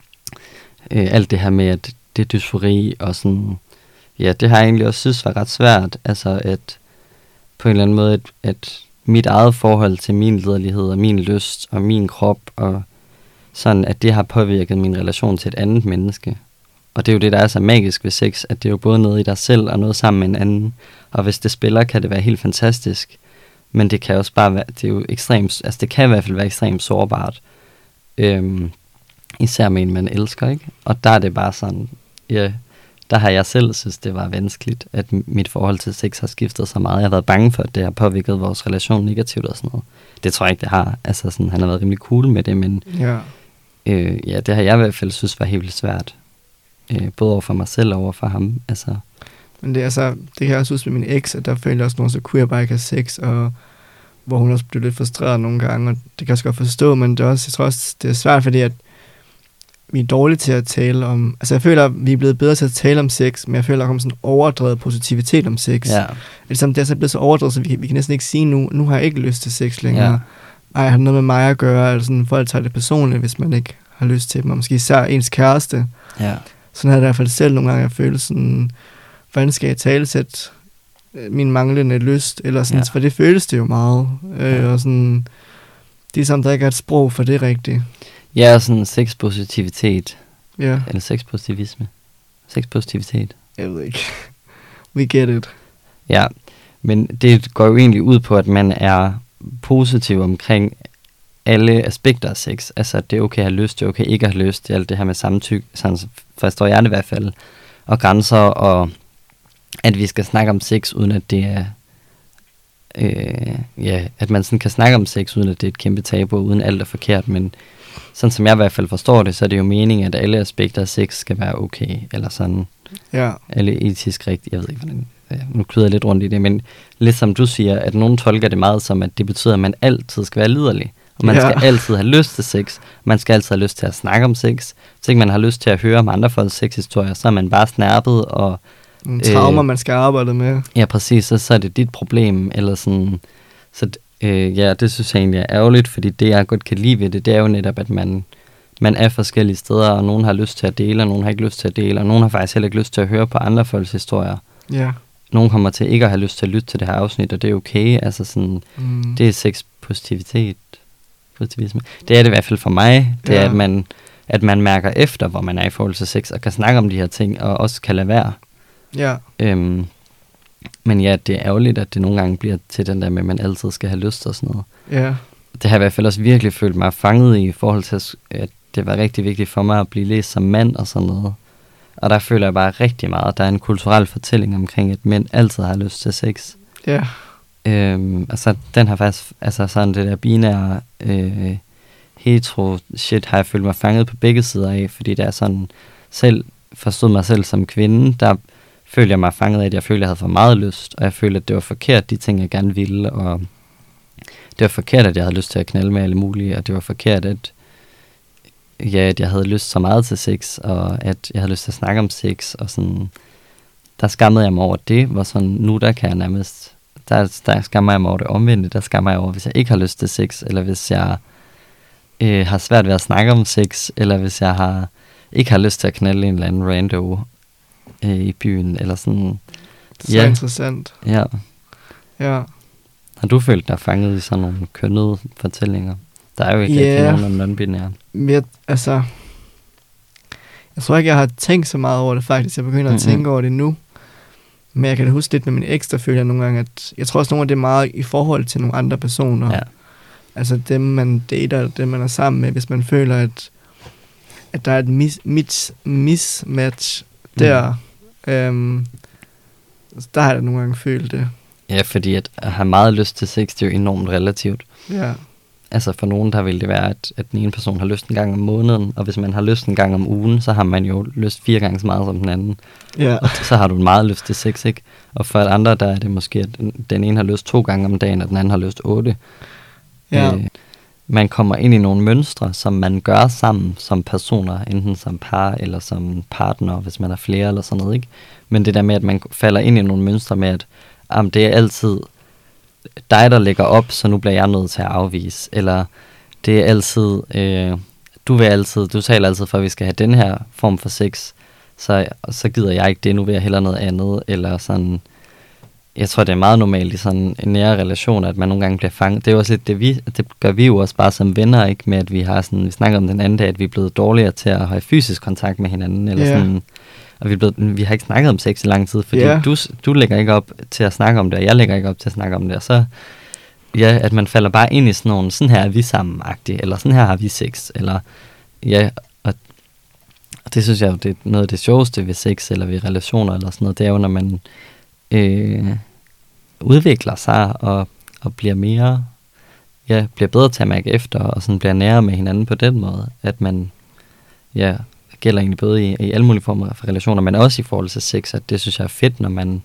øh, alt det her med, at det er dysfori, og sådan, ja, det har jeg egentlig også synes var ret svært, altså at på en eller anden måde, at, at mit eget forhold til min liderlighed, og min lyst, og min krop, og sådan, at det har påvirket min relation til et andet menneske. Og det er jo det, der er så magisk ved sex, at det er jo både noget i dig selv, og noget sammen med en anden, og hvis det spiller, kan det være helt fantastisk, men det kan også bare være, det er jo ekstremt, altså det kan i hvert fald være ekstremt sårbart, øhm, især med en, man elsker, ikke? Og der er det bare sådan, ja, der har jeg selv synes, det var vanskeligt, at mit forhold til sex har skiftet så meget. Jeg har været bange for, at det har påvirket vores relation negativt og sådan noget. Det tror jeg ikke, det har. Altså sådan, han har været rimelig cool med det, men ja, øh, ja det har jeg i hvert fald synes var helt vildt svært. Øh, både over for mig selv og over for ham. Altså. Men det, altså, det kan jeg også huske med min eks, at der følte jeg også nogen, så kunne jeg bare ikke have sex, og hvor hun også blev lidt frustreret nogle gange, og det kan jeg også godt forstå, men det er også, jeg tror også, det er svært, fordi at vi er dårlige til at tale om, altså jeg føler, at vi er blevet bedre til at tale om sex, men jeg føler, at der kommer sådan en overdrevet positivitet om sex. Ja. Ligesom det er så blevet så overdrevet, så vi, vi kan næsten ikke sige nu, nu har jeg ikke lyst til sex længere. Ja. Ej, jeg har noget med mig at gøre, eller sådan, folk tager det personligt, hvis man ikke har lyst til dem, og måske især ens kæreste. Ja. Sådan har jeg i hvert fald selv nogle gange, jeg føler sådan, hvordan skal jeg talesætte min manglende lyst, eller sådan, ja. For det føles det jo meget, øh, ja. Og sådan, det er som, der ikke er et sprog for det rigtigt. Ja, og sådan sexpositivitet. Ja. Eller sexpositivisme. Sexpositivitet. Jeg ved ikke. We get it. Ja, men det går jo egentlig ud på, at man er positiv omkring alle aspekter af sex. Altså, at det er okay at have lyst, det er okay ikke at have lyst. Det er alt det her med samtykke, sådan forstår jeg det i hvert fald. Og grænser, og at vi skal snakke om sex, uden at det er... Øh, ja, at man sådan kan snakke om sex, uden at det er et kæmpe tabu, uden alt er forkert, men sådan som jeg i hvert fald forstår det, så er det jo meningen, at alle aspekter af sex skal være okay, eller sådan, ja. Alle etisk rigtigt, jeg ved ikke, hvordan, ja, nu klyder jeg lidt rundt i det, men lidt som du siger, at nogen tolker det meget som, at det betyder, at man altid skal være liderlig, og man ja. Skal altid have lyst til sex, man skal altid have lyst til at snakke om sex, hvis ikke man har lyst til at høre om andre folks sexhistorier, så er man bare snærpet, og en traumer, øh, man skal arbejde med. Ja, præcis, så, så er det dit problem, eller sådan, så Øh, ja, det synes jeg egentlig er ærgerligt, fordi det, jeg godt kan lide ved det, det er jo netop, at man, man er forskellige steder, og nogen har lyst til at dele, og nogen har ikke lyst til at dele, og nogen har faktisk heller ikke lyst til at høre på andre folks historier. Ja. Nogen kommer til ikke at have lyst til at lytte til det her afsnit, og det er okay, altså sådan, mm. det er sexpositivitet positivisme. Det er det i hvert fald for mig. Det Ja. er, at man, at man mærker efter, hvor man er i forhold til sex, og kan snakke om de her ting, og også kan lade være. Ja. Øhm, men ja, det er ærgerligt, at det nogle gange bliver til den der med, at man altid skal have lyst og sådan noget. Ja. Det har jeg i hvert fald også virkelig følt mig fanget i, i forhold til, at det var rigtig vigtigt for mig at blive læst som mand og sådan noget. Og der føler jeg bare rigtig meget, at der er en kulturel fortælling omkring, at mænd altid har lyst til sex. Ja. Øhm, altså, den har faktisk, altså sådan det der binære øh, hetero shit, har jeg følt mig fanget på begge sider af, fordi det er sådan, selv forstod mig selv som kvinde, der følte jeg mig fanget af, at jeg følte, at jeg havde for meget lyst, og jeg følte, at det var forkert, de ting, jeg gerne ville, og det var forkert, at jeg havde lyst til at knalde med alle mulige, og det var forkert, at, ja, at jeg havde lyst så meget til sex, og at jeg havde lyst til at snakke om sex, og sådan, der skammede jeg mig over det, hvor sådan, nu der kan jeg nærmest, der, der skammer jeg mig over det omvendte, der skammer jeg over, hvis jeg ikke har lyst til sex, eller hvis jeg øh, har svært ved at snakke om sex, eller hvis jeg har ikke har lyst til at knalde en eller anden rando øh, i byen, eller sådan. Det er så Ja. interessant. Ja. Ja. Har du følt dig fanget i sådan nogle kønnede fortællinger? Der er jo ikke Ja. yeah. nogen om non-binære. Men jeg, altså, jeg tror ikke, jeg har tænkt så meget over det faktisk. Jeg begynder mm-hmm. at tænke over det nu. Men jeg kan da huske lidt med min ekstra, føler jeg nogle gange, at jeg tror også nogle af det er meget i forhold til nogle andre personer. Ja. Altså dem, man dater, eller dem, man er sammen med, hvis man føler, at, at der er et mis, mis, mismatch der. Mm. Øhm, der har jeg da nogle gange følt det. Ja, fordi at have meget lyst til sex, det er jo enormt relativt. Ja. Altså for nogen, der vil det være, at, at den ene person har lyst en gang om måneden, og hvis man har lyst en gang om ugen, så har man jo lyst fire gange så meget som den anden. Ja. Og så har du meget lyst til sex, ikke? Og for andre, der er det måske, at den, den ene har lyst to gange om dagen, og den anden har lyst otte. Ja. Øh, man kommer ind i nogle mønstre, som man gør sammen som personer, enten som par eller som partner, hvis man er flere eller sådan noget, ikke? Men det der med, at man falder ind i nogle mønstre med, at jamen, det er altid dig, der lægger op, så nu bliver jeg nødt til at afvise. Eller det er altid, øh, du vil altid, du taler altid for, at vi skal have den her form for sex, så, så gider jeg ikke det, nu vil jeg hellere noget andet. Eller sådan, jeg tror, det er meget normalt i sådan en nære relation, at man nogle gange bliver fanget. Det er jo også lidt det, vi, det gør vi jo også bare som venner, ikke? Med at vi har sådan, vi snakker om den anden dag, at vi er blevet dårligere til at have fysisk kontakt med hinanden, eller Ja. sådan. Og vi, er blevet, vi har ikke snakket om sex i lang tid, fordi Ja. du, du lægger ikke op til at snakke om det, og jeg lægger ikke op til at snakke om det. Og så, ja, at man falder bare ind i sådan nogle, sådan her er vi sammen-agtige, eller sådan her har vi sex, eller, ja, og, og det synes jeg jo, det er noget af det sjoveste ved sex, eller ved relationer, eller sådan noget, det er jo, når man øh, udvikler sig, og, og bliver mere, ja, bliver bedre til at mærke efter, og sådan bliver nære med hinanden på den måde, at man, ja, gælder egentlig både i, i alle mulige former for relationer, men også i forhold til sex, at det synes jeg er fedt, når man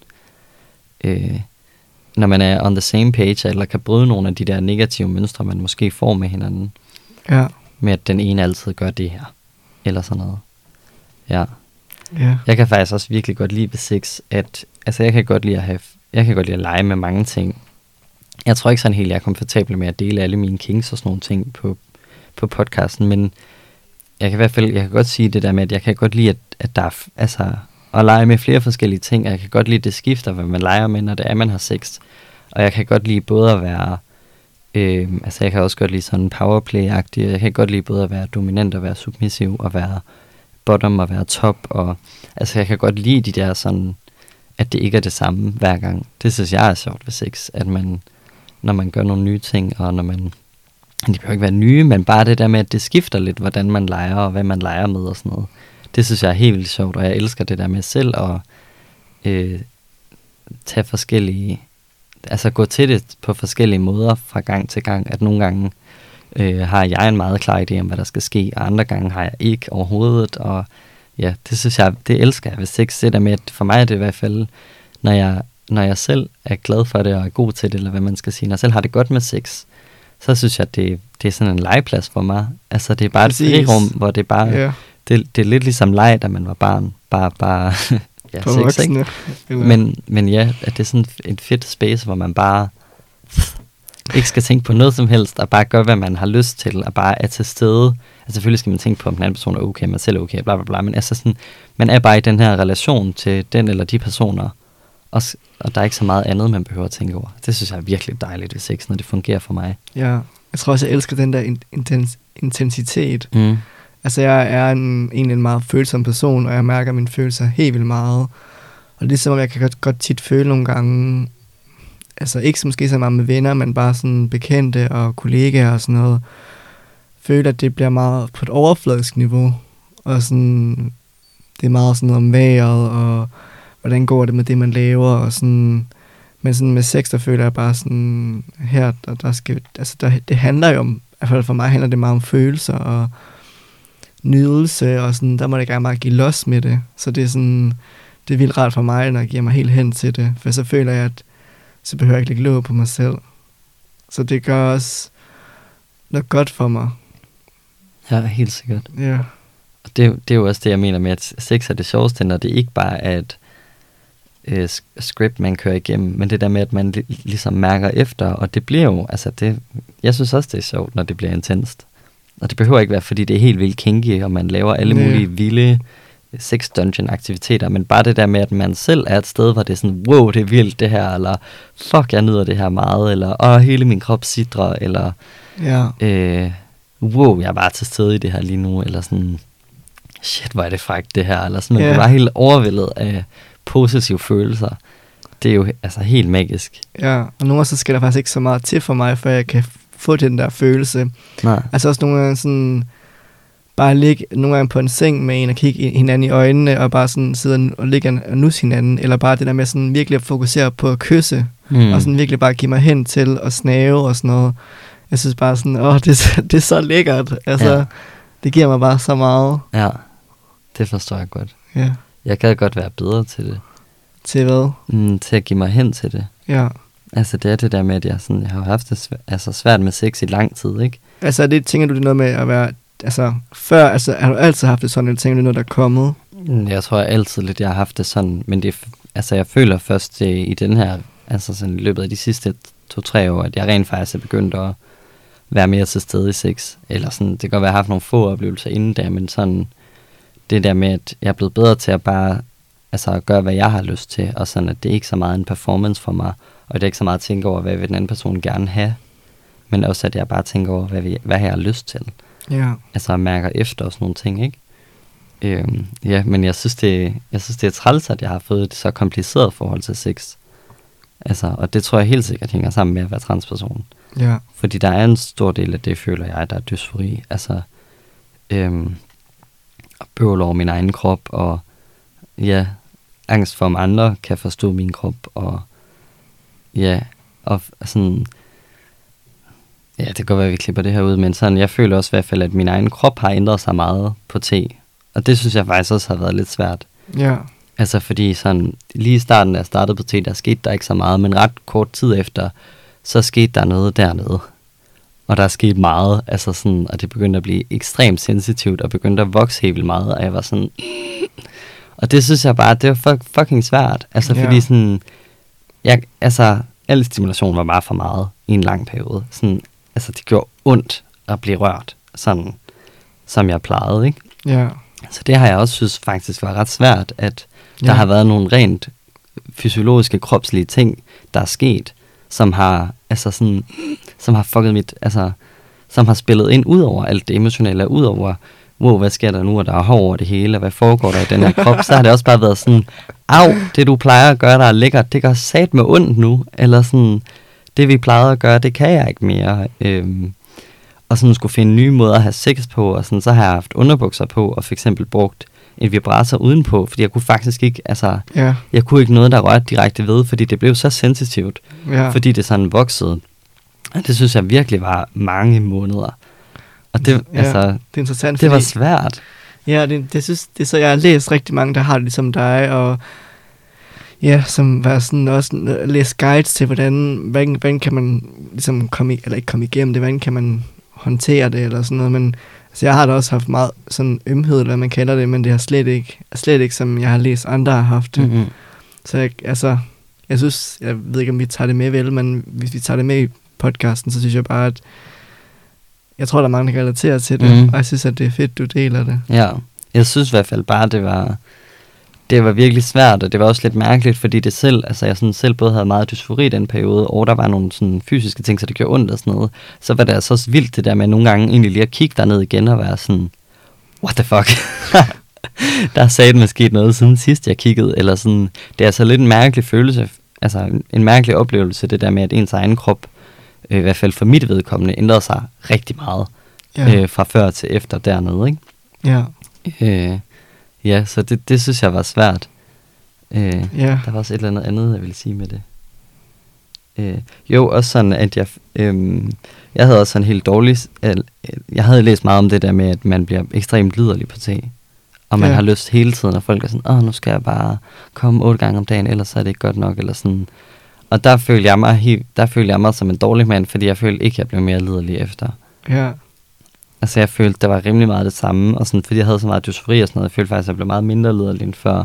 øh, når man er on the same page, eller kan bryde nogle af de der negative mønstre, man måske får med hinanden, Ja. med at den ene altid gør det her, eller sådan noget. Ja. Ja. Jeg kan faktisk også virkelig godt lide ved sex, at, altså jeg kan godt lide at have, jeg kan godt lide at lege med mange ting. Jeg tror ikke sådan helt, jeg er komfortabel med at dele alle mine kinks og sådan nogle ting på, på podcasten, men jeg kan i hvert fald, jeg kan godt sige det der med, at jeg kan godt lide, at, at der er, altså, at lege med flere forskellige ting, og jeg kan godt lide, at det skifter, hvad man leger med, når det er, man har sex. Og jeg kan godt lide både at være, øh, altså jeg kan også godt lide sådan powerplay-agtig, jeg kan godt lide både at være dominant og være submissiv, og være bottom og være top, og altså jeg kan godt lide de der sådan, at det ikke er det samme hver gang. Det synes jeg er sjovt ved sex, at man, når man gør nogle nye ting, og når man, de behøver ikke være nye, men bare det der med, at det skifter lidt, hvordan man leger, og hvad man leger med og sådan noget. Det synes jeg er helt vildt sjovt, og jeg elsker det der med selv at øh, tage forskellige, altså gå til det på forskellige måder fra gang til gang, at nogle gange øh, har jeg en meget klar idé om, hvad der skal ske, og andre gange har jeg ikke overhovedet, og ja, det synes jeg, det elsker jeg ved sex, det der med, at for mig er det i hvert fald, når jeg, når jeg selv er glad for det, og er god til det, eller hvad man skal sige, når jeg selv har det godt med sex, så synes jeg, at det, det er sådan en legeplads for mig. Altså, det er bare Præcis. et frirum, hvor det er bare, Ja. det, det er lidt ligesom leg, da man var barn, bare, bare, ja, For sex, voksne. ikke? Eller- Men, men ja, at det er sådan et fedt space, hvor man bare ikke skal tænke på noget som helst, og bare gøre, hvad man har lyst til, og bare er til stede. Altså selvfølgelig skal man tænke på, om den anden person er okay, man selv er okay, bla bla bla, men altså sådan, man er bare i den her relation til den eller de personer, Og, og der er ikke så meget andet, man behøver at tænke over. Det synes jeg er virkelig dejligt ved sex, når det fungerer for mig. Ja, jeg tror også, jeg elsker den der in- intens- intensitet. Mm. Altså, jeg er en, egentlig en meget følsom person, og jeg mærker mine følelser helt vildt meget. Og det er som om, jeg kan godt, godt tit føle nogle gange, altså ikke så måske så meget med venner, men bare sådan bekendte og kollegaer og sådan noget, føle, at det bliver meget på et overfladisk niveau. Og sådan, det er meget sådan noget om vejret, og hvordan går det med det, man laver, og sådan. Men sådan med sex, der føler jeg bare sådan, her, der, der skal, altså der, det handler jo om, i hvert fald for mig handler det meget om følelser, og nydelse, og sådan, der må det gerne meget give los med det. Så det er sådan, det er vildt rart for mig, når jeg giver mig helt hen til det, for så føler jeg, at så behøver jeg ikke lægge låg på mig selv. Så det gør også noget godt for mig. Ja, helt sikkert. Ja. Og det, det er jo også det, jeg mener med, at sex er det sjoveste, når det ikke bare er et øh, script, man kører igennem, men det der med, at man li- ligesom mærker efter, og det bliver jo, altså det, jeg synes også, det er sjovt, når det bliver intenst. Og det behøver ikke være, fordi det er helt vildt kinky, og man laver alle Nej. mulige vilde sex dungeon aktiviteter, men bare det der med, at man selv er et sted, hvor det er sådan, wow, det er vildt det her, eller fuck, jeg nyder det her meget, eller åh, hele min krop sidrer, eller Ja. øh, wow, jeg er bare til stede i det her lige nu, eller sådan, shit, hvor er det frækt det her, eller sådan, man Ja. yeah. bliver bare helt overvældet af positive følelser. Det er jo altså helt magisk. Ja, og nogle gange så skal der faktisk ikke så meget til for mig, for jeg kan få den der følelse. Nej. Altså også nogle gange sådan, bare ligge nogle gange på en seng med en og kigge hinanden i øjnene, og bare sådan sidde og ligge og nusse hinanden, eller bare det der med sådan virkelig at fokusere på at kysse, Mm. og sådan virkelig bare give mig hen til at snave og sådan noget. Jeg synes bare sådan, åh, det, er så- det er så lækkert. Altså, Ja. det giver mig bare så meget. Ja, det forstår jeg godt. Ja. Jeg gad godt være bedre til det. Til hvad? Mm, til at give mig hen til det. Ja. Altså det er det der med, at jeg, sådan, jeg har haft det svært, altså svært med sex i lang tid, ikke? Altså, det tænker du, det er noget med at være, altså, før, altså, har du altid haft det sådan, eller tænker du, det er noget, der er kommet? Mm, Jeg tror altid lidt, jeg har haft det sådan, men det, er f- altså jeg føler først øh, i den her, altså sådan i løbet af de sidste to-tre år, at jeg rent faktisk er begyndt at være mere til stede i sex. Eller sådan, det kan godt være, at jeg har haft nogle få oplevelser inden der, men sådan, det der med, at jeg er blevet bedre til at bare, altså at gøre, hvad jeg har lyst til, og sådan, at det er ikke så meget en performance for mig, og det er ikke så meget at tænke over, hvad vil den anden person gerne have, men også, at jeg bare tænker over, hvad, vi, hvad har jeg lyst til. Ja. Altså, jeg mærker efter og sådan nogle ting, ikke? Øhm, ja, men jeg synes, det, jeg synes, det er træls, at jeg har fået et så kompliceret forhold til sex. Altså, og det tror jeg helt sikkert hænger sammen med at være transperson. Ja. Fordi der er en stor del af det, føler jeg, der er dysfori. Altså, øhm, og bøvl over min egen krop, og ja, angst for, om andre kan forstå min krop, og ja, og f- sådan, ja, det kan godt være, at vi klipper det her ud, men sådan, jeg føler også i hvert fald, at min egen krop har ændret sig meget på te, og det synes jeg faktisk også har været lidt svært. Ja. Altså fordi sådan, lige i starten, da jeg startede på te, der skete der ikke så meget, men ret kort tid efter, så skete der noget dernede. Og der er sket meget, altså sådan, og det begyndte at blive ekstremt sensitivt, og begyndte at vokse helt vildt meget, og jeg var sådan, og det synes jeg bare, det var fuck, fucking svært, altså Ja. fordi sådan, jeg, altså, al stimulation var bare for meget i en lang periode, sådan, altså det gjorde ondt at blive rørt, sådan, som jeg plejede, ikke? Ja. Så det har jeg også synes faktisk var ret svært, at der Ja. har været nogle rent fysiologiske, kropslige ting, der er sket, som har, altså sådan, som har fucket mit, altså, som har spillet ind ud over alt det emotionelle, ud over, wow, hvad sker der nu, og der er hår over det hele, og hvad foregår der i den her krop, så har det også bare været sådan, au, det du plejer at gøre, der er lækkert, det gør sat med ondt nu, eller sådan, det vi plejede at gøre, det kan jeg ikke mere, øhm, og sådan skulle finde nye måder at have sex på, og sådan, så har jeg haft underbukser på, og for eksempel brugt en vibrator udenpå, fordi jeg kunne faktisk ikke, altså, Ja. jeg kunne ikke noget, der rørte direkte ved, fordi det blev så sensitivt, Ja. fordi det sådan voksede. Og det synes jeg virkelig var mange måneder. Og det, Ja, altså, det er interessant, det var fordi- svært. Ja, det, det synes det er så, jeg har læst rigtig mange, der har det ligesom dig, og ja, som var sådan også læst guides til, hvordan, hvordan, hvordan kan man ligesom komme, i, eller ikke komme igennem det, hvordan kan man håndtere det, eller sådan noget, men altså, jeg har da også haft meget sådan ømhed, eller hvad man kalder det, men det har slet ikke, slet ikke, som jeg har læst, andre har haft det. Mm-hmm. Så jeg, altså, jeg synes, jeg ved ikke, om vi tager det med vel, men hvis vi tager det med i podcasten, så synes jeg bare, at jeg tror, der er mange, der kan relatere til det, Mhm. og jeg synes, at det er fedt, du deler det. Ja, jeg synes i hvert fald bare, det var, det var virkelig svært, og det var også lidt mærkeligt, fordi det selv, altså jeg sådan selv både havde meget dysfori i den periode, og der var nogle sådan fysiske ting, så det gjorde ondt og sådan noget. Så var det altså også vildt det der med nogle gange egentlig lige at kigge derned igen og være sådan, what the fuck? Der sagde den sket noget siden sidst jeg kiggede, eller sådan, det er altså lidt en mærkelig følelse, altså en mærkelig oplevelse, det der med, at ens egen krop, øh, i hvert fald for mit vedkommende, ændrede sig rigtig meget, ja. øh, fra før til efter dernede, ikke? Ja. Øh, ja, så det, det synes jeg var svært. Øh, ja. Der var også et eller andet andet, jeg ville sige med det. Øh, jo, også sådan, at jeg, øh, jeg havde også sådan helt dårligt, øh, jeg havde læst meget om det der med, at man bliver ekstremt liderlig på te. Og man ja. har lyst hele tiden, og folk er sådan, åh, nu skal jeg bare komme otte gange om dagen, ellers så er det ikke godt nok, eller sådan. Og der følte jeg mig, helt, der følte jeg mig som en dårlig mand, fordi jeg følte ikke, jeg blev mere liderlig efter. Ja. Altså jeg følte, der var rimelig meget det samme, og sådan, fordi jeg havde så meget dysfori og sådan noget, jeg følte faktisk, at jeg blev meget mindre liderlig end før.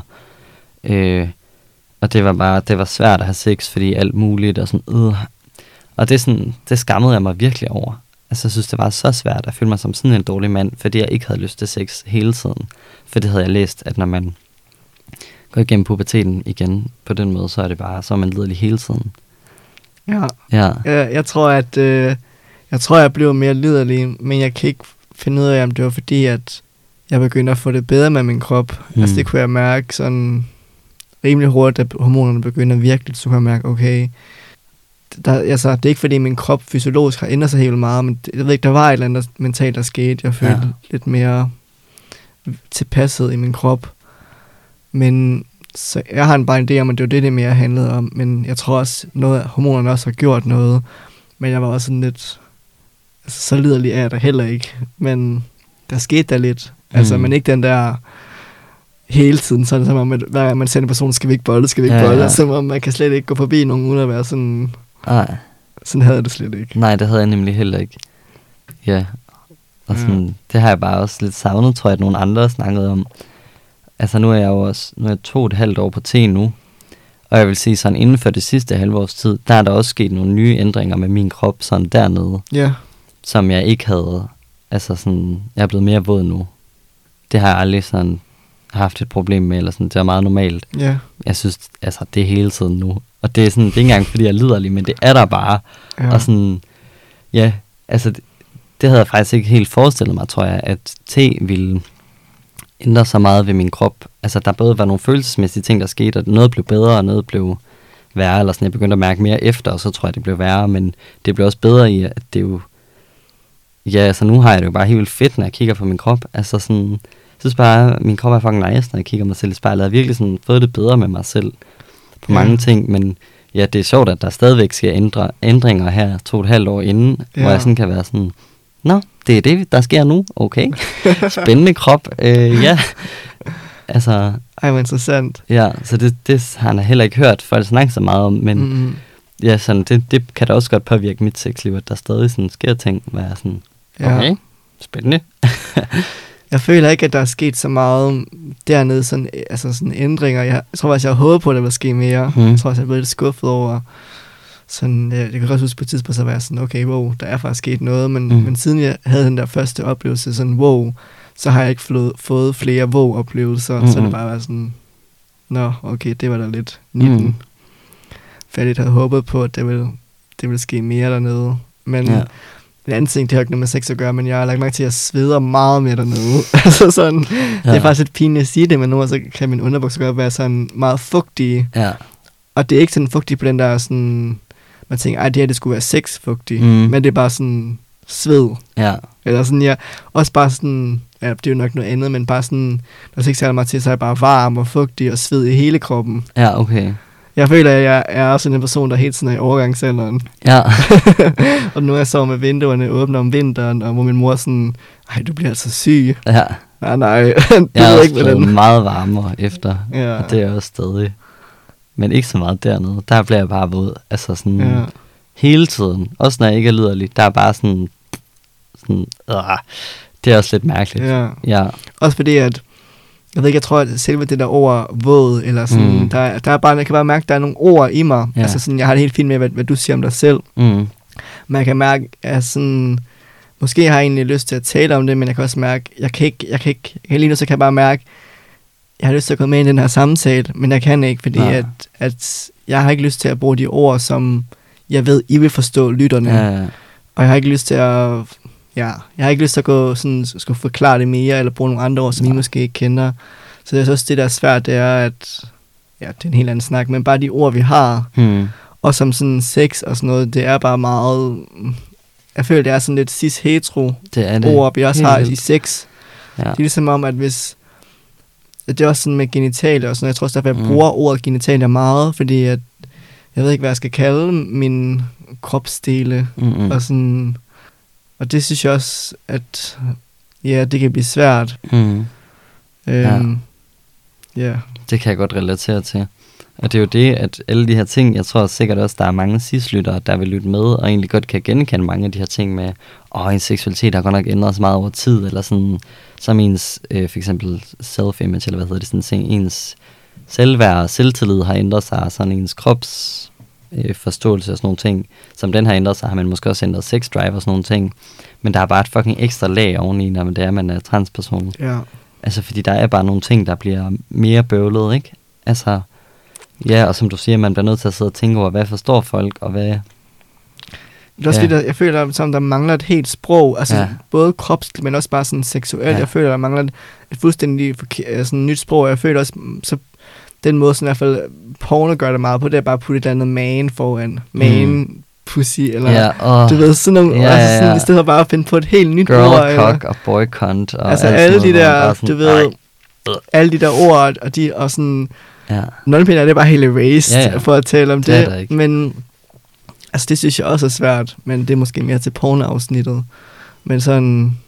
Øh, og det var bare, det var svært at have sex, fordi alt muligt, og sådan, øh. Og det, sådan, det skammede jeg mig virkelig over. Altså jeg synes, det var så svært at føle mig som sådan en dårlig mand, fordi jeg ikke havde lyst til sex hele tiden. For det havde jeg læst, at når man går igennem puberteten igen på den måde, så er det bare, så er man liderlig hele tiden. Ja. Ja. Jeg, jeg tror, at øh, jeg tror, jeg blev mere liderlig, men jeg kan ikke finde ud af, om det var fordi, at jeg begyndte at få det bedre med min krop. Mm. Altså det kunne jeg mærke sådan rimelig hurtigt, at hormonerne begyndte at virke, så kunne jeg mærke, okay, der, altså, det er ikke fordi min krop fysiologisk har ændret sig helt meget, men det, jeg ved ikke, der var et eller andet mentalt, der skete. Jeg følte ja. lidt mere tilpasset i min krop. Men så jeg har en bare en idé om, at det var det, det mere handlede om. Men jeg tror også, noget af hormonerne også har gjort noget. Men jeg var også sådan lidt, altså, så liderlig er jeg da heller ikke. Men der skete der lidt. Mm. Altså, men ikke den der hele tiden, sådan som om, at hver gang man sender en person, skal vi ikke bolle, skal vi ikke ja, bolle. ja. Som om man kan slet ikke gå forbi nogen, uden at være sådan. Nej. Sådan havde jeg det slet ikke. Nej, det havde jeg nemlig heller ikke. Ja. Og sådan, ja. Det har jeg bare også lidt savnet, tror jeg, at nogle andre snakkede om. Altså nu er jeg jo også, nu er jeg to og et halvt år på te nu. Og jeg vil sige sådan, inden for det sidste halve års tid, der er der også sket nogle nye ændringer med min krop, sådan dernede. Ja. Som jeg ikke havde, altså sådan, jeg er blevet mere våd nu. Det har jeg aldrig sådan haft et problem med, eller sådan, det er meget normalt. Ja. Jeg synes, altså det er hele tiden nu. Og det er sådan, det er ikke engang fordi jeg er liderlig, men det er der bare. Ja. Og sådan, ja, altså det, det havde jeg faktisk ikke helt forestillet mig, tror jeg, at te ville ændre så meget ved min krop. Altså der både var nogle følelsesmæssige ting, der skete, og noget blev bedre, og noget blev værre, eller sådan, jeg begyndte at mærke mere efter, og så tror jeg, det blev værre, men det blev også bedre i, at det jo, ja, altså nu har jeg det jo bare helt vildt fedt, når jeg kigger på min krop. Altså sådan, jeg synes bare, at min krop er fucking nice, når jeg kigger mig selv i spejlet. Jeg har virkelig sådan fået det bedre med mig selv på ja. mange ting, men ja, det er sjovt, at der stadigvæk sker ændre, ændringer her to og et halvt år inden, ja. hvor jeg sådan kan være sådan, nå, det er det, der sker nu, okay. Spændende krop, øh, ja. Altså, ej, hvor interessant. Ja, så det, det har han heller ikke hørt folk snakke så meget om, men mm-hmm. ja, sådan, det, det kan da også godt påvirke mit sexliv, at der stadig sådan sker ting, hvor jeg er sådan, okay, ja. spændende. Jeg føler ikke, at der er sket så meget dernede, sådan, altså sådan ændringer. Jeg, jeg tror faktisk, jeg har håbet på, at der vil ske mere. Mm. Jeg tror også, jeg er blevet lidt skuffet over. Sådan, jeg, jeg kan også huske på et tidspunkt, så var jeg sådan, okay, wow, der er faktisk sket noget. Men, mm. men siden jeg havde den der første oplevelse, sådan, wow, så har jeg ikke fået, fået flere wow-oplevelser. Mm. Så det bare var sådan, nå, okay, det var da lidt nitten. Mm. For jeg lidt havde håbet på, at det ville, det ville ske mere dernede. Men ja. En anden ting, det har ikke noget med sex at gøre, men jeg har lagt mærke til, at jeg sveder meget mere dernede. altså sådan, ja. Det er faktisk lidt pinligt at sige det, men nu så kan min underbukser godt være sådan meget fugtige. Ja. Og det er ikke sådan fugtig på den der sådan, man tænker, ej, det her det skulle være sexfugtig, mm. men det er bare sådan sved. Ja. Eller sådan, ja, også bare sådan, ja, det er jo nok noget andet, men bare sådan, når sex særlig meget til, så er jeg bare varm og fugtig og sved i hele kroppen. Ja, okay. Jeg føler, at jeg er også en person, der helt sådan er i overgangsalderen. Ja. Og nu er jeg så med vinduerne åbne om vinteren, og hvor min mor sådan, ej, du bliver altså syg. Ja. Nej, nej. Det jeg er ikke også blevet meget varmere efter, ja. Og det er også stadig. Men ikke så meget dernede. Der bliver jeg bare våd. Altså sådan ja. Hele tiden. Også når jeg ikke er liderlig. Der er bare sådan, sådan øh, det er også lidt mærkeligt. Ja. Ja. Også fordi, at jeg ved ikke, jeg tror, at selve det der ord våd, eller sådan, mm. der, der er bare, jeg kan bare mærke, at der er nogle ord i mig. Ja. Altså sådan, jeg har det helt fint med, hvad, hvad du siger om dig selv. Mm. Man kan mærke, at sådan, måske har jeg egentlig lyst til at tale om det, men jeg kan også mærke, jeg kan ikke, jeg kan ikke, jeg kan lige nu, så kan jeg bare mærke, jeg har lyst til at gå med i den her samtale, men jeg kan ikke, fordi at, at jeg har ikke lyst til at bruge de ord, som jeg ved, I vil forstå lytterne. Ja, ja. Og jeg har ikke lyst til at, ja, jeg har ikke lyst til at gå sådan, skulle forklare det mere, eller bruge nogle andre ord, som ja. I måske ikke kender. Så jeg synes også, det der er svært, det er, at, ja, det er en helt anden snak, men bare de ord, vi har, hmm. og som sådan sex og sådan noget, det er bare meget, jeg føler, det er sådan lidt cis-hetero ord, vi også har i sex. Ja. Det er ligesom om, at hvis, det er også sådan med genitalier og sådan noget, jeg tror også, derfor jeg mm. bruger ordet genitalier meget, fordi at, jeg ved ikke, hvad jeg skal kalde min kropsdele, mm-hmm. og sådan, og det synes jeg også, at, ja, det kan blive svært. Mm. Øhm, ja. Yeah. Det kan jeg godt relatere til. Og det er jo det, at alle de her ting, jeg tror sikkert også, der er mange cis-lyttere, der vil lytte med, og egentlig godt kan genkende mange af de her ting med, åh, en seksualitet har godt nok ændret sig meget over tid, eller sådan, som ens, øh, for eksempel self-image, eller hvad hedder det, sådan ting, ens selvværd og selvtillid har ændret sig, og sådan ens krops øh, forståelse og sådan nogle ting, som den har ændret sig, har man måske også ændret sex drive og sådan nogle ting, men der er bare et fucking ekstra lag oveni, når det er, man er transperson. Ja. Altså, fordi der er bare nogle ting, der bliver mere bøvlet, ikke? Altså, ja, og som du siger, man bliver nødt til at sidde og tænke over, hvad forstår folk, og hvad... Det er også ja. lidt, jeg føler, som der mangler et helt sprog, altså ja. både kropsligt, men også bare sådan seksuelt. Ja. Jeg føler, der mangler et, et fuldstændig sådan nyt sprog, jeg føler også, så den måde, sådan i hvert fald porno gør det meget på, det er bare at putte et eller andet man foran, man, mm. pussy, eller ja, og, du ved, sådan nogle, ja, altså sådan, ja. i stedet for bare at finde på et helt nyt girl, ord. Girl, cock og boy cunt. Og altså alle de der, sådan, du ved, ej. alle de der ord, og de, og sådan... Ja. Non-binær, det er bare helt erased, ja, ja. for at tale om det, det men altså det synes jeg også er svært, men det er måske mere til porno-afsnittet, men sådan,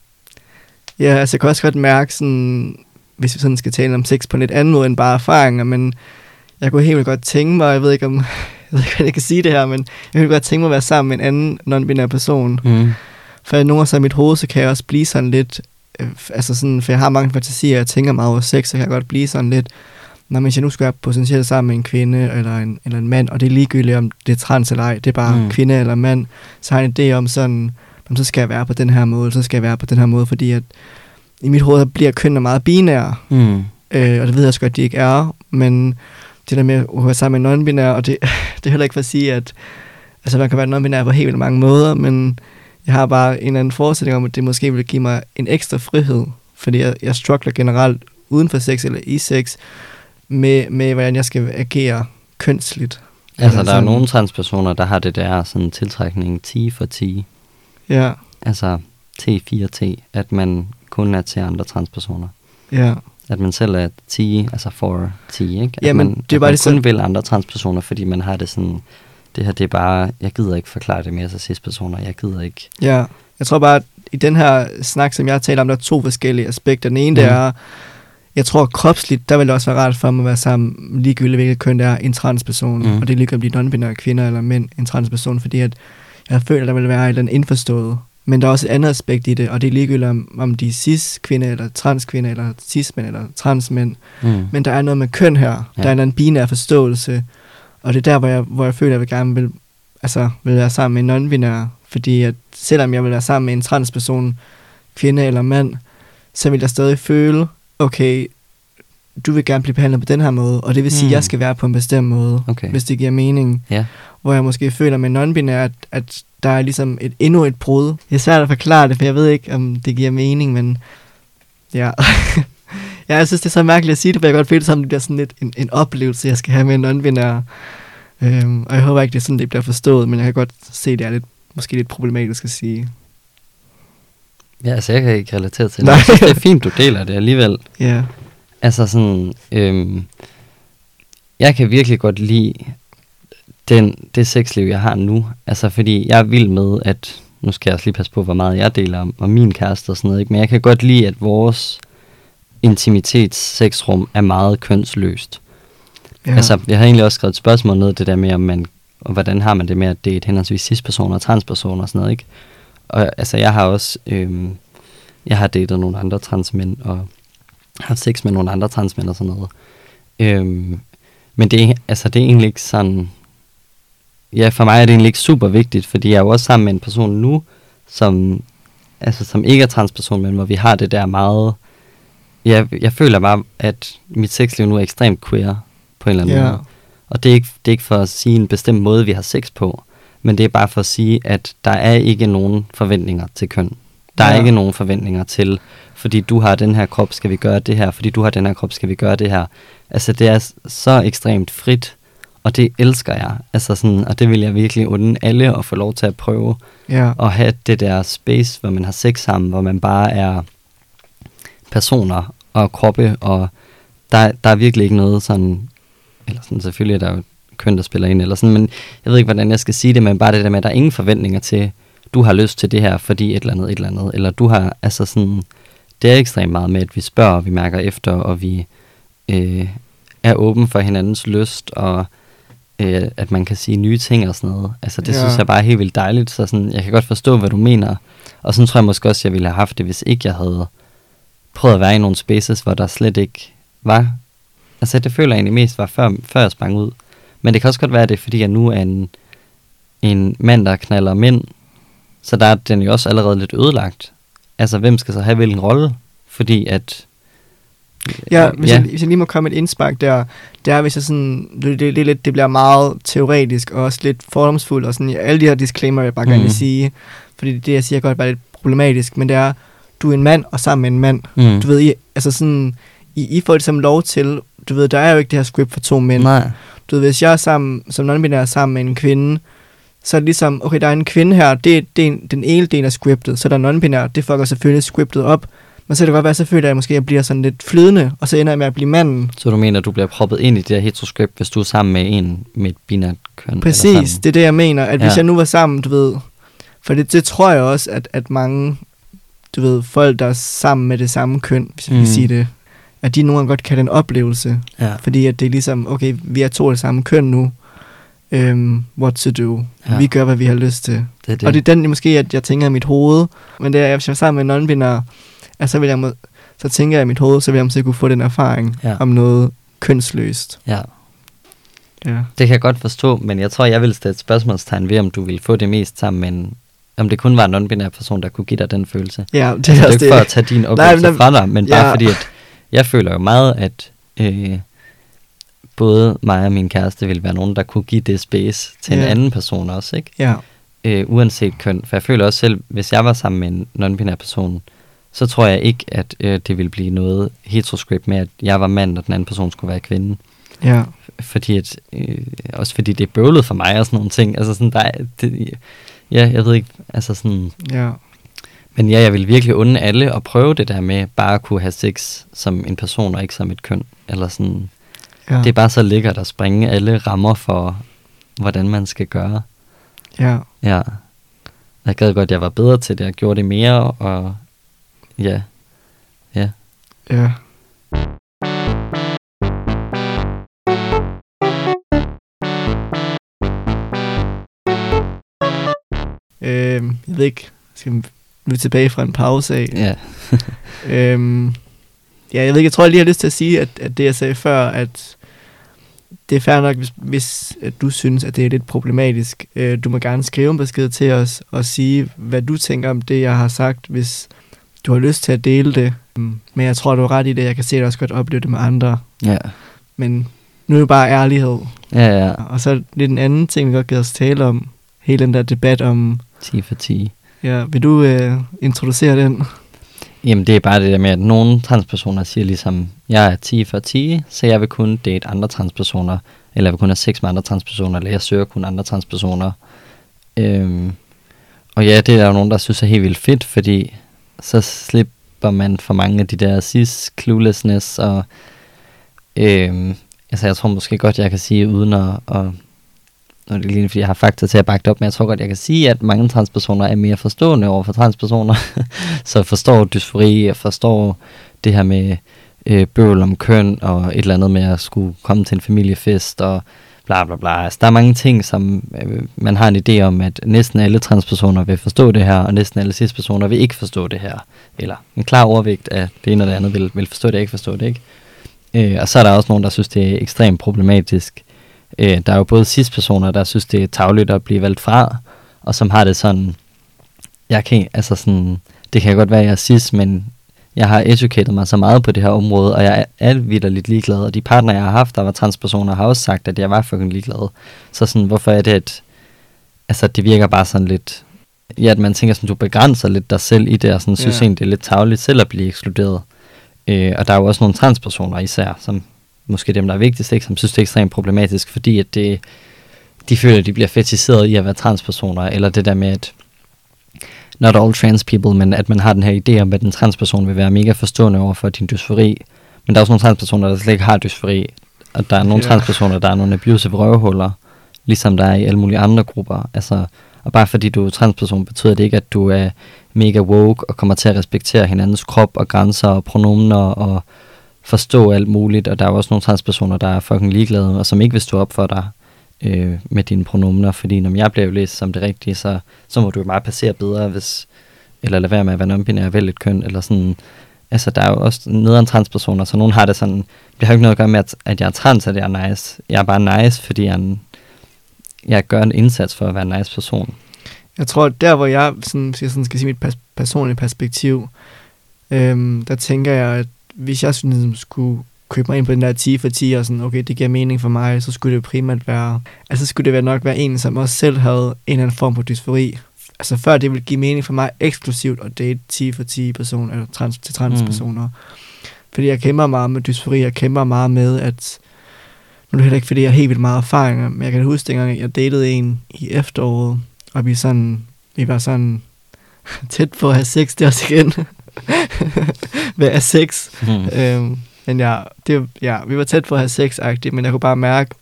ja, altså jeg kan også godt mærke sådan, hvis vi sådan skal tale om sex på en lidt anden måde end bare erfaringer, men jeg kunne helt vildt godt tænke mig, jeg ved ikke om, jeg ved ikke, om jeg kan sige det her, men jeg kunne godt tænke mig at være sammen med en anden non-binær person, mm. for nogle gange så i mit hoved, så kan jeg også blive sådan lidt, øh, altså sådan, for jeg har mange fantasier, jeg tænker meget over sex, så kan jeg godt blive sådan lidt, når hvis jeg nu skal være potentielt sammen med en kvinde eller en, eller en mand, og det er ligegyldigt, om det er trans eller ej, det er bare mm. kvinde eller mand, så har jeg en idé om sådan, så skal jeg være på den her måde, så skal jeg være på den her måde, fordi at i mit hoved bliver kønnene meget binære, mm. øh, og det ved jeg også godt, at de ikke er, men det der med at være sammen med non-binær, og det, det er heller ikke for at sige, at altså, man kan være non-binær på helt vildt mange måder, men jeg har bare en eller anden forestilling om, at det måske vil give mig en ekstra frihed, fordi jeg, jeg struggler generelt uden for sex eller i sex, Med, med, hvordan jeg skal agere kønsligt. Altså, der er nogle transpersoner, der har det der sådan tiltrækning ti for ti. Ja. Altså, T fire T, at man kun er til andre transpersoner. Ja. At man selv er ti, altså for ti, ikke? At ja, men man, det er bare man det kun så... vil andre transpersoner, fordi man har det sådan, det her, det er bare, jeg gider ikke forklare det mere til cis-personer, jeg gider ikke. Ja, jeg tror bare, at i den her snak, som jeg har talt om, der er to forskellige aspekter. Den ene, mm. det er, jeg tror kropsligt, der vil det også være rart for mig at være sammen, ligegyldigt hvilket køn det er, en transperson. Mm. Og det er ligegyldigt at blive non-binære kvinder eller mænd, en transperson, fordi at jeg føler, at der vil være et eller andet indforstået. Men der er også et andet aspekt i det, og det er ligegyldigt om, om de er cis-kvinde, eller trans-kvinde, eller cis-mænd, eller transmænd. Mm. Men der er noget med køn her. Ja. Der er en anden binær forståelse. Og det er der, hvor jeg, hvor jeg føler, at jeg gerne vil, altså, vil være sammen med en non-binær. Fordi at selvom jeg vil være sammen med en transperson, kvinde eller mand, så vil jeg stadig føle, okay, du vil gerne blive behandlet på den her måde, og det vil sige, mm. at jeg skal være på en bestemt måde, okay. hvis det giver mening. Yeah. Hvor jeg måske føler med non-binær, at, at der er ligesom et, endnu et brud. Det er svært at forklare det, for jeg ved ikke, om det giver mening, men ja. ja, jeg synes, det er så mærkeligt at sige det, for jeg kan godt føle det som, det bliver sådan lidt en, en oplevelse, jeg skal have med en non-binær. Øhm, og jeg håber ikke, det er sådan, det bliver forstået, men jeg kan godt se, det er lidt, måske lidt problematisk at sige. Ja, altså jeg kan ikke relatere til det. Jeg synes, det er fint, du deler det alligevel. Ja. Yeah. Altså sådan, øhm, jeg kan virkelig godt lide den, det sexliv, jeg har nu. Altså fordi jeg er vild med, at, nu skal jeg også lige passe på, hvor meget jeg deler om, om min kæreste og sådan noget, ikke? Men jeg kan godt lide, at vores intimitets-sexrum er meget kønsløst. Yeah. Altså, jeg har egentlig også skrevet et spørgsmål ned, det der med, om man, og hvordan har man det med, at det er et henholdsvis cis-personer og transpersoner og sådan noget, ikke? Og altså, jeg har også, øhm, jeg har datet nogle andre transmænd, og haft sex med nogle andre transmænd og sådan noget. Øhm, men det er, altså, det er egentlig ikke sådan, ja, for mig er det egentlig ikke super vigtigt, fordi jeg er jo også sammen med en person nu, som, altså, som ikke er transperson, men hvor vi har det der meget jeg, jeg føler bare, at mit sexliv nu er ekstremt queer på en eller anden Ja. måde. Og det er, ikke, det er ikke for at sige en bestemt måde, vi har sex på, men det er bare for at sige, at der er ikke nogen forventninger til køn. Der er Ja. ikke nogen forventninger til, fordi du har den her krop, skal vi gøre det her, fordi du har den her krop, skal vi gøre det her. Altså, det er så ekstremt frit, og det elsker jeg. Altså sådan, og det vil jeg virkelig unde alle at få lov til at prøve. Ja. Og have det der space, hvor man har sex sammen, hvor man bare er personer og kroppe, og der, der er virkelig ikke noget sådan, eller sådan, selvfølgelig er der jo køn, der spiller ind, eller sådan, men jeg ved ikke, hvordan jeg skal sige det, men bare det der med, at der er ingen forventninger til, du har lyst til det her, fordi et eller andet, et eller andet, eller du har, altså sådan, det er ekstremt meget med, at vi spørger, og vi mærker efter, og vi øh, er åben for hinandens lyst, og øh, at man kan sige nye ting og sådan noget. Altså, det Ja. synes jeg bare er helt vildt dejligt, så sådan, jeg kan godt forstå, hvad du mener, og sådan tror jeg måske også, jeg ville have haft det, hvis ikke jeg havde prøvet at være i nogle spaces, hvor der slet ikke var, altså det føler jeg egentlig mest var, før, før jeg sprang ud. Men det kan også godt være, at det er, fordi jeg nu er en, en mand, der knaller mænd, så der er den jo også allerede lidt ødelagt. Altså, hvem skal så have hvilken rolle? Fordi at... Ja, hvis, ja. Jeg, hvis jeg lige må komme et indspark der, det er, hvis jeg sådan, det, det, det, det, det bliver meget teoretisk og også lidt fordomsfuldt, og sådan, alle de her disclaimer, jeg bare mm. gerne vil sige, fordi det, jeg siger, godt bare lidt problematisk, men det er, du er en mand, og sammen med en mand, Mm. du ved, I, altså sådan, I, I får det som lov til, du ved, der er jo ikke det her script for to mænd. Nej. Du ved, hvis jeg er sammen, som non-binær er sammen med en kvinde, så er det ligesom, okay, der er en kvinde her, det, det er den ene del af scriptet, så der er non-binær, det fucker selvfølgelig scriptet op, men så kan det godt være, så føler jeg, at jeg måske jeg bliver sådan lidt flydende, og så ender jeg med at blive manden. Så du mener, at du bliver proppet ind i det her heteroscript, hvis du er sammen med en med et binært køn? Præcis, det er det, jeg mener, at ja. Hvis jeg nu var sammen, du ved, for det, det tror jeg også, at, at mange, du ved, folk, der er sammen med det samme køn, hvis jeg Mm. vil sige det, at de nogle gange godt kan have en oplevelse, Ja. fordi at det er ligesom, okay, vi er to af det samme køn nu, um, what to do, Ja. vi gør, hvad vi har lyst til. Det er det. Og det er den, måske, at jeg tænker i mit hoved, men det er, hvis jeg er sammen med en non-binær, altså, vil jeg må, så tænker jeg i mit hoved, så vil jeg måske kunne få den erfaring Ja. om noget kønsløst. Ja. Ja. Det kan jeg godt forstå, men jeg tror, jeg vil stille et spørgsmålstegn ved, om du ville få det mest sammen med en, om det kun var en non-binær person, der kunne give dig den følelse. Ja, det er Altså, det er også ikke det. for at tage din oplevelse nej, fra dig, men bare ja. fordi, at jeg føler jo meget, at øh, både mig og min kæreste ville være nogen, der kunne give det space til en Ja. anden person også, ikke? Ja, Øh, uanset køn. For jeg føler også selv, hvis jeg var sammen med en non-binær person, så tror jeg ikke, at øh, det ville blive noget heteroscript med, at jeg var mand, og den anden person skulle være kvinde. ja, Fordi at, øh, også fordi det er bøvlet for mig og sådan nogle ting. Altså sådan, der er, det, ja, jeg ved ikke, altså sådan... ja, Men ja, jeg vil virkelig unde alle at prøve det der med bare at kunne have sex som en person og ikke som et køn. Eller sådan, ja, det er bare så lækkert at springe alle rammer for, hvordan man skal gøre. ja. Ja. Jeg gad godt, at jeg var bedre til det og gjorde det mere, og ja, ja. Ja. Øhm, jeg ved ikke, skal vi vi er tilbage fra en pause af? Ja. øhm, ja, jeg ved ikke, jeg tror jeg lige har lyst til at sige, at, at det jeg sagde før, at det er fair nok, hvis, hvis at du synes, at det er lidt problematisk. Øh, du må gerne skrive en besked til os og sige, hvad du tænker om det, jeg har sagt, hvis du har lyst til at dele det. Mm, Men jeg tror, du har ret i det. Jeg kan se, at jeg også godt opleve det med andre. Ja. Men nu er det bare ærlighed. Ja, ja. Og så lidt en anden ting, vi godt kan os tale om. Hele den der debat om... ti for ti. Ja, vil du øh, introducere den? Jamen, det er bare det der med, at nogle transpersoner siger ligesom, jeg er ti for ti, så jeg vil kun date andre transpersoner, eller jeg vil kun have sex med andre transpersoner, eller jeg søger kun andre transpersoner. Øhm, og ja, det er der jo nogen, der synes er helt vildt fedt, fordi så slipper man for mange af de der cis-cluelessness, og øhm, altså jeg tror måske godt, jeg kan sige, uden at... at nu er det lige, fordi jeg har fakta til at bakke det op, men jeg tror godt, jeg kan sige, at mange transpersoner er mere forstående over for transpersoner. Så forstår dysfori og forstår det her med øh, bøvl om køn og et eller andet med at skulle komme til en familiefest og bla bla bla. Altså, der er mange ting, som øh, man har en idé om, at næsten alle transpersoner vil forstå det her, og næsten alle cis-personer vil ikke forstå det her. Eller en klar overvægt af det ene og det andet vil, vil forstå det, ikke forstå det, ikke? Øh, og så er der også nogen, der synes, det er ekstremt problematisk. Øh, der er jo både cis-personer, der synes, det er tarveligt at blive valgt fra, og som har det sådan, jeg kan, altså sådan, det kan godt være, at jeg er cis, men jeg har educated mig så meget på det her område, og jeg er vitterligt ligeglad, og de partner, jeg har haft, der var transpersoner, har også sagt, at jeg var fucking ligeglad. Så sådan, hvorfor er det, at altså, det virker bare sådan lidt, ja, at man tænker sådan, du begrænser lidt dig selv i det, og sådan, synes Ja. egentlig, det er lidt tarveligt selv at blive ekskluderet. Øh, og der er jo også nogle transpersoner især, som måske dem, der er vigtigst, ikke, som synes, det er ekstremt problematisk, fordi at det, de føler, at de bliver fetiseret i at være transpersoner, eller det der med, at not all trans people, men at man har den her idé om, at en transperson vil være mega forstående over for din dysfori. Men der er også nogle transpersoner, der slet ikke har dysfori, og der er nogle Ja. transpersoner, der er nogle abusive røvhuller, ligesom der er i alle mulige andre grupper. Altså, og bare fordi du er transperson, betyder det ikke, at du er mega woke og kommer til at respektere hinandens krop og grænser og pronomener og forstå alt muligt. Og der er også nogle transpersoner, der er fucking ligeglade, og som ikke vil stå op for dig øh, med dine pronomener. Fordi når jeg bliver jo læst som det rigtige, så, så må du jo bare passere bedre, hvis, eller lade være med at være non-binær og vælge et køn, eller sådan. Altså, der er jo også nederen transpersoner, så nogen har det sådan, det har jo ikke noget at gøre med, at, at jeg er trans, at jeg er nice. Jeg er bare nice, fordi jeg, er en, jeg gør en indsats for at være en nice person. Jeg tror, der hvor jeg sådan, jeg sådan skal sige mit pers- personlige perspektiv, øhm, der tænker jeg, at hvis jeg sådan, ligesom, skulle købe mig ind på den der ti for ti, og sådan, okay, det giver mening for mig, så skulle det jo primært være, altså skulle det være nok være en, som også selv havde en eller anden form for dysfori. Altså før det ville give mening for mig eksklusivt at date ti for ti personer, eller trans, til transpersoner. Mm. Fordi jeg kæmper meget med dysfori, jeg kæmper meget med, at nu er det heller ikke, fordi jeg har helt vildt meget erfaring, men jeg kan huske, dengang jeg datede en i efteråret, og vi, sådan, vi var sådan tæt på at have sex, det også igen. Hvad er sex? Mm. Øhm, men ja, det, ja, vi var tæt på at have sex-agtigt, men jeg kunne bare mærke,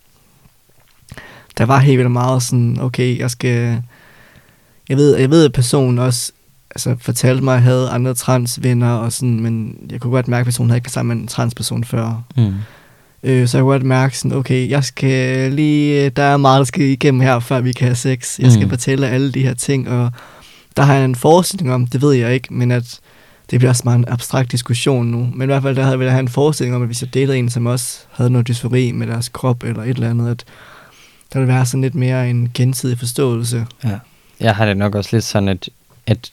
der var helt vildt meget sådan, okay, jeg skal... Jeg ved, jeg ved at personen også altså, fortalte mig, at jeg havde andre transvenner, og sådan, men jeg kunne godt mærke, at personen havde ikke været sammen med en transperson før. Mm. Øh, så jeg kunne godt mærke sådan, okay, jeg skal lige, der er meget, der skal igennem her, før vi kan have sex. Jeg skal mm. fortælle alle de her ting, og der har jeg en forestilling om, det ved jeg ikke, men at det bliver også meget en abstrakt diskussion nu. Men i hvert fald, der havde jeg have en forestilling om, at hvis jeg datede en, som også havde noget dysfori med deres krop, eller et eller andet, at der ville være sådan lidt mere en gensidig forståelse. Ja. Jeg har det nok også lidt sådan, at, at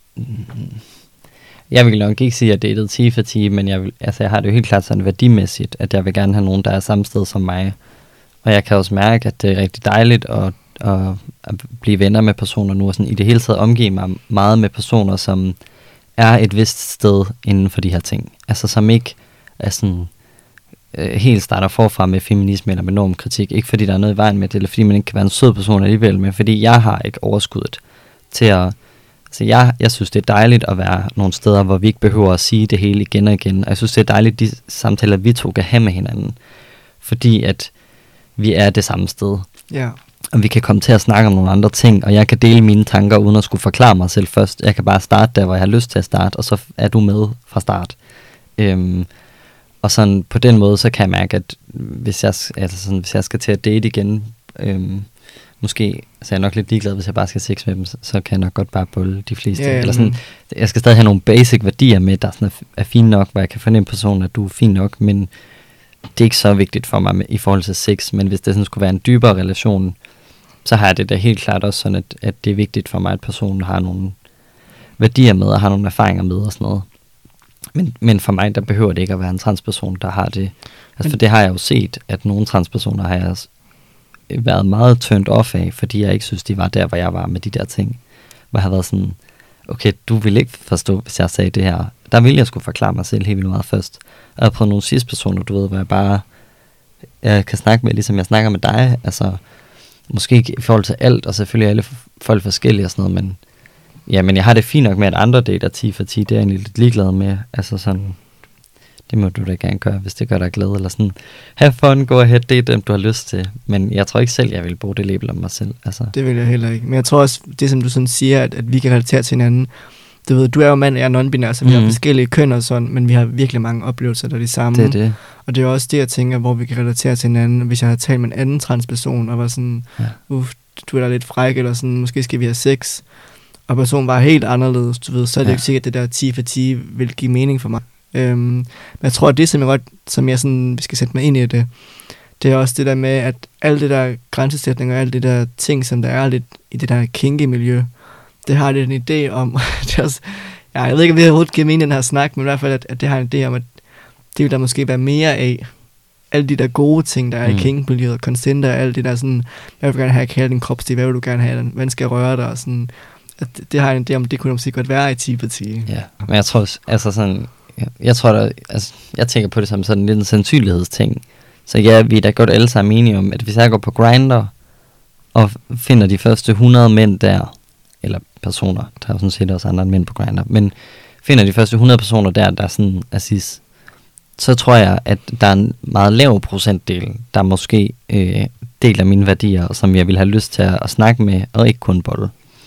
jeg vil nok ikke sige, at jeg datede ti for ti, men jeg, vil, altså, jeg har det jo helt klart sådan værdimæssigt, at jeg vil gerne have nogen, der er samme sted som mig. Og jeg kan også mærke, at det er rigtig dejligt at, at, at blive venner med personer nu, og sådan i det hele taget omgive mig meget med personer, som er et vist sted inden for de her ting. Altså som ikke er sådan, øh, helt starter forfra med feminisme eller med normkritik. Ikke fordi der er noget i vejen med det, eller fordi man ikke kan være en sød person alligevel, men fordi jeg har ikke overskuddet til at... Så jeg, jeg synes, det er dejligt at være nogle steder, hvor vi ikke behøver at sige det hele igen og igen. Og jeg synes, det er dejligt, de samtaler, vi to kan have med hinanden. Fordi at vi er det samme sted. Ja. Og vi kan komme til at snakke om nogle andre ting, og jeg kan dele mine tanker, uden at skulle forklare mig selv først. Jeg kan bare starte der, hvor jeg har lyst til at starte, og så er du med fra start. Øhm, og sådan på den måde, så kan jeg mærke, at hvis jeg, altså sådan, hvis jeg skal til at date igen, øhm, måske, så er jeg nok lidt ligeglad, hvis jeg bare skal sex med dem, så, så kan jeg nok godt bare bolle de fleste. Yeah, Eller sådan, jeg skal stadig have nogle basic værdier med, der sådan er, er fine nok, hvor jeg kan fornemme personen, at du er fin nok, men det er ikke så vigtigt for mig med, i forhold til sex. Men hvis det sådan skulle være en dybere relation, så har jeg det da helt klart også sådan, at, at det er vigtigt for mig, at personen har nogle værdier med, og har nogle erfaringer med og sådan noget. Men, men for mig, der behøver det ikke at være en transperson, der har det. Altså, for det har jeg jo set, at nogle transpersoner har jeg været meget turned off af, fordi jeg ikke synes, de var der, hvor jeg var med de der ting. Hvor jeg har været sådan, okay, du vil ikke forstå, hvis jeg sagde det her. Der ville jeg skulle forklare mig selv helt vildt meget først. Og jeg har prøvet nogle cis-personer, du ved, hvor jeg bare jeg kan snakke med, ligesom jeg snakker med dig. Altså, måske ikke i forhold til alt, og selvfølgelig er alle folk forskellige og sådan noget, men ja, men jeg har det fint nok med, at andre dater ti for ti, det er jeg egentlig lidt ligeglad med. Altså sådan, det må du da gerne gøre, hvis det gør dig glad, eller sådan, have fun, go ahead, det er dem, du har lyst til. Men jeg tror ikke selv, jeg vil bruge det label om mig selv. Altså. Det vil jeg heller ikke. Men jeg tror også, det som du sådan siger, at, at vi kan relatere til hinanden. Du ved, du er jo mand, og jeg er non-binær, så vi mm. har forskellige køn og sådan, men vi har virkelig mange oplevelser, der er de samme. Det er det. Og det er også det, jeg tænker, hvor vi kan relatere til hinanden. Hvis jeg har talt med en anden transperson, og var sådan, ja. uff, du er da lidt fræk, eller sådan, måske skal vi have sex, og personen var helt anderledes, du ved, så er det ja. ikke sikkert, at det der ti for ti vil give mening for mig. Øhm, men jeg tror, at det, som jeg, godt, som jeg sådan, skal sætte mig ind i det, det er også det der med, at alt det der grænsesætning og alt det der ting, som der er lidt i det der kinky miljø, det har lidt en idé om, det er også, Ja, jeg ved ikke, om det overhovedet giver mening i den her snak, men i hvert fald, at, at det har en idé om, at det vil der måske være mere af. Alle de der gode ting, der er mm. i kingmiljøet, consent og alt det der sådan, hvad vil du gerne have, kan din kropstil, hvad vil du gerne have, hvordan skal jeg røre dig, og sådan, at det, det har en idé om, det kunne måske godt være i Tea Party. Ja, men jeg tror også, altså sådan, jeg, jeg tror der, altså, jeg tænker på det som sådan lidt en sandsynlighedsting. Så ja, vi er da godt alle sammen enige om, at hvis jeg går på Grindr, og finder de første hundrede mænd der, eller personer, der er jo sådan set også andre mænd på Grindr, men finder de første hundrede personer der, der er sådan er cis, så tror jeg, at der er en meget lav procentdel, der måske øh, deler mine værdier, og som jeg vil have lyst til at, at snakke med, og ikke kun bolle.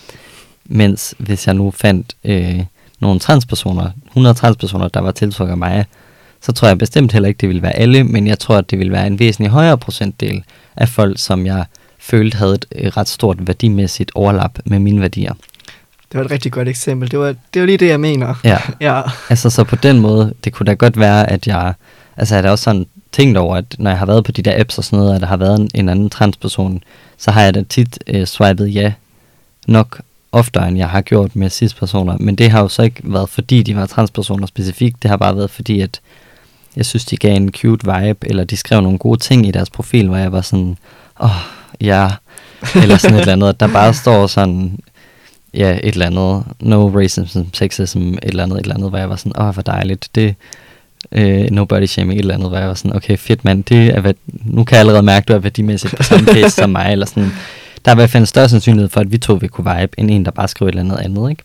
Mens hvis jeg nu fandt øh, nogle transpersoner, hundrede transpersoner, der var tiltrukket af mig, så tror jeg bestemt heller ikke, det vil være alle, men jeg tror, at det vil være en væsentlig højere procentdel af folk, som jeg følte havde et øh, ret stort værdimæssigt overlap med mine værdier. Det var et rigtig godt eksempel. Det var, det var lige det, jeg mener. Ja. ja. Altså, så på den måde, det kunne da godt være, at jeg... Altså, jeg har også sådan tænkt over, at når jeg har været på de der apps og sådan noget, at der har været en, en anden transperson, så har jeg da tit øh, swipet ja nok oftere, end jeg har gjort med cis-personer. Men det har jo så ikke været, fordi de var transpersoner specifikt. Det har bare været, fordi at jeg synes, de gav en cute vibe, eller de skrev nogle gode ting i deres profil, hvor jeg var sådan, åh, oh, ja, eller sådan et eller andet. Der bare står sådan... Ja, et eller andet, no racism, sexism, et eller andet, et eller andet, hvor jeg var sådan, åh, oh, hvor dejligt, det, øh, no body shaming, et eller andet, hvor jeg var sådan, okay, fedt mand, det er, hvad, nu kan jeg allerede mærke, du er værdimæssigt på samme page som mig, eller sådan, der er i hvert fald en større sandsynlighed for, at vi to vil kunne vibe, end en, der bare skriver et eller andet andet, ikke?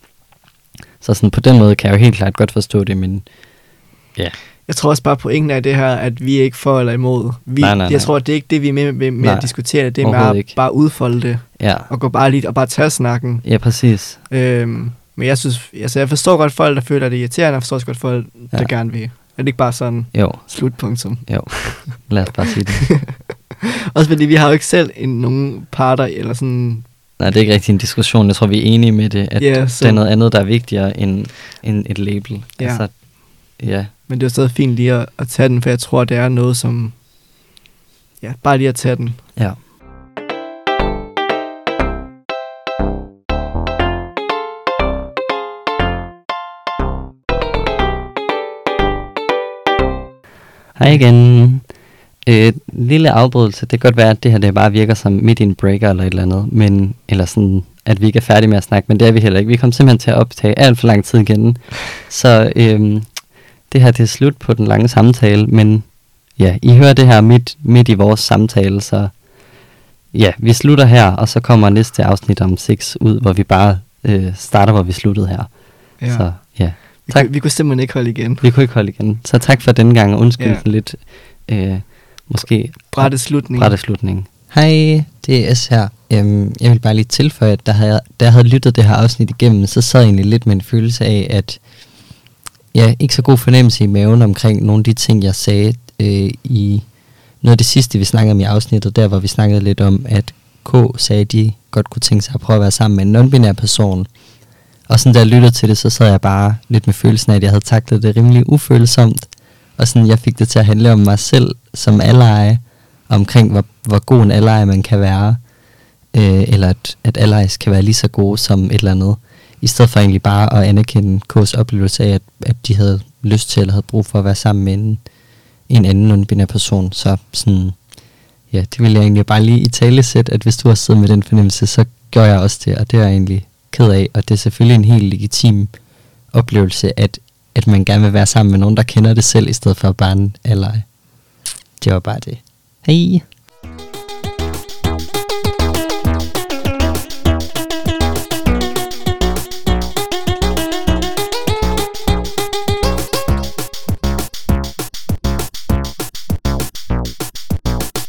Så sådan, på den måde kan jeg jo helt klart godt forstå det, men ja. Yeah. Jeg tror også bare pointen af det her, at vi er ikke for eller imod. Vi, nej, nej, nej. Jeg tror, det er ikke det, vi er med, med, med at diskutere. Det er med at bare udfolde det. Ja. Og gå bare lidt og bare tage snakken. Ja, præcis. Øhm, men jeg synes, altså jeg forstår godt folk, der føler det irriterende. Jeg forstår også godt folk, der ja. gerne vil. Er det ikke bare sådan jo. Slutpunktum? Jo, lad os bare sige det. Også fordi vi har jo ikke selv en, nogen parter eller sådan... Nej, det er ikke rigtig en diskussion. Jeg tror, vi er enige med det, at yeah, det er noget andet, der er vigtigere end, end et label. Ja. Altså, ja. Men det er stadig fint lige at, at tage den, for jeg tror, det er noget, som... Ja, bare lige at tage den. Ja. Hej igen. Et lille afbrydelse. Det kan godt være, at det her det bare virker som midt i en breaker eller et eller andet, men, eller sådan, at vi ikke er færdige med at snakke, men det er vi heller ikke. Vi kommer simpelthen til at optage alt for lang tid igen. Så øhm, det her det er slut på den lange samtale, men ja, I hører det her midt, midt i vores samtale, så ja, vi slutter her, og så kommer næste afsnit om sex ud, hvor vi bare øh, starter, hvor vi sluttede her. Ja. Så ja. Vi kunne, vi kunne simpelthen ikke holde igen. Vi kunne ikke holde igen. Så tak for denne gang, og undskyld ja. lidt, øh, måske... Brætte slutning. Brætte slutning. Hej, det er S her. Um, jeg vil bare lige tilføje, at da jeg, da jeg havde lyttet det her afsnit igennem, så sad jeg egentlig lidt med en følelse af, at ja, ikke så god fornemmelse i maven omkring nogle af de ting, jeg sagde øh, i noget af det sidste, vi snakkede om i afsnittet, der hvor vi snakkede lidt om, at K sagde, at de godt kunne tænke sig at prøve at være sammen med en non-binær person. Og sådan da jeg lyttede til det, så sad jeg bare lidt med følelsen af, at jeg havde taklet det rimelig ufølsomt. Og sådan jeg fik det til at handle om mig selv som ally, omkring hvor, hvor god en ally man kan være. Øh, eller at, at allies kan være lige så gode som et eller andet. I stedet for egentlig bare at anerkende K's oplevelse af, at, at de havde lyst til eller havde brug for at være sammen med en, en anden non-binær person. Så sådan, ja, det ville jeg egentlig bare lige i tale sætte, at hvis du har siddet med den fornemmelse, så gør jeg også det, og det er jeg egentlig ked af. Og det er selvfølgelig en helt legitim oplevelse, at, at man gerne vil være sammen med nogen, der kender det selv, i stedet for bare en ally. Det var bare det. Hej!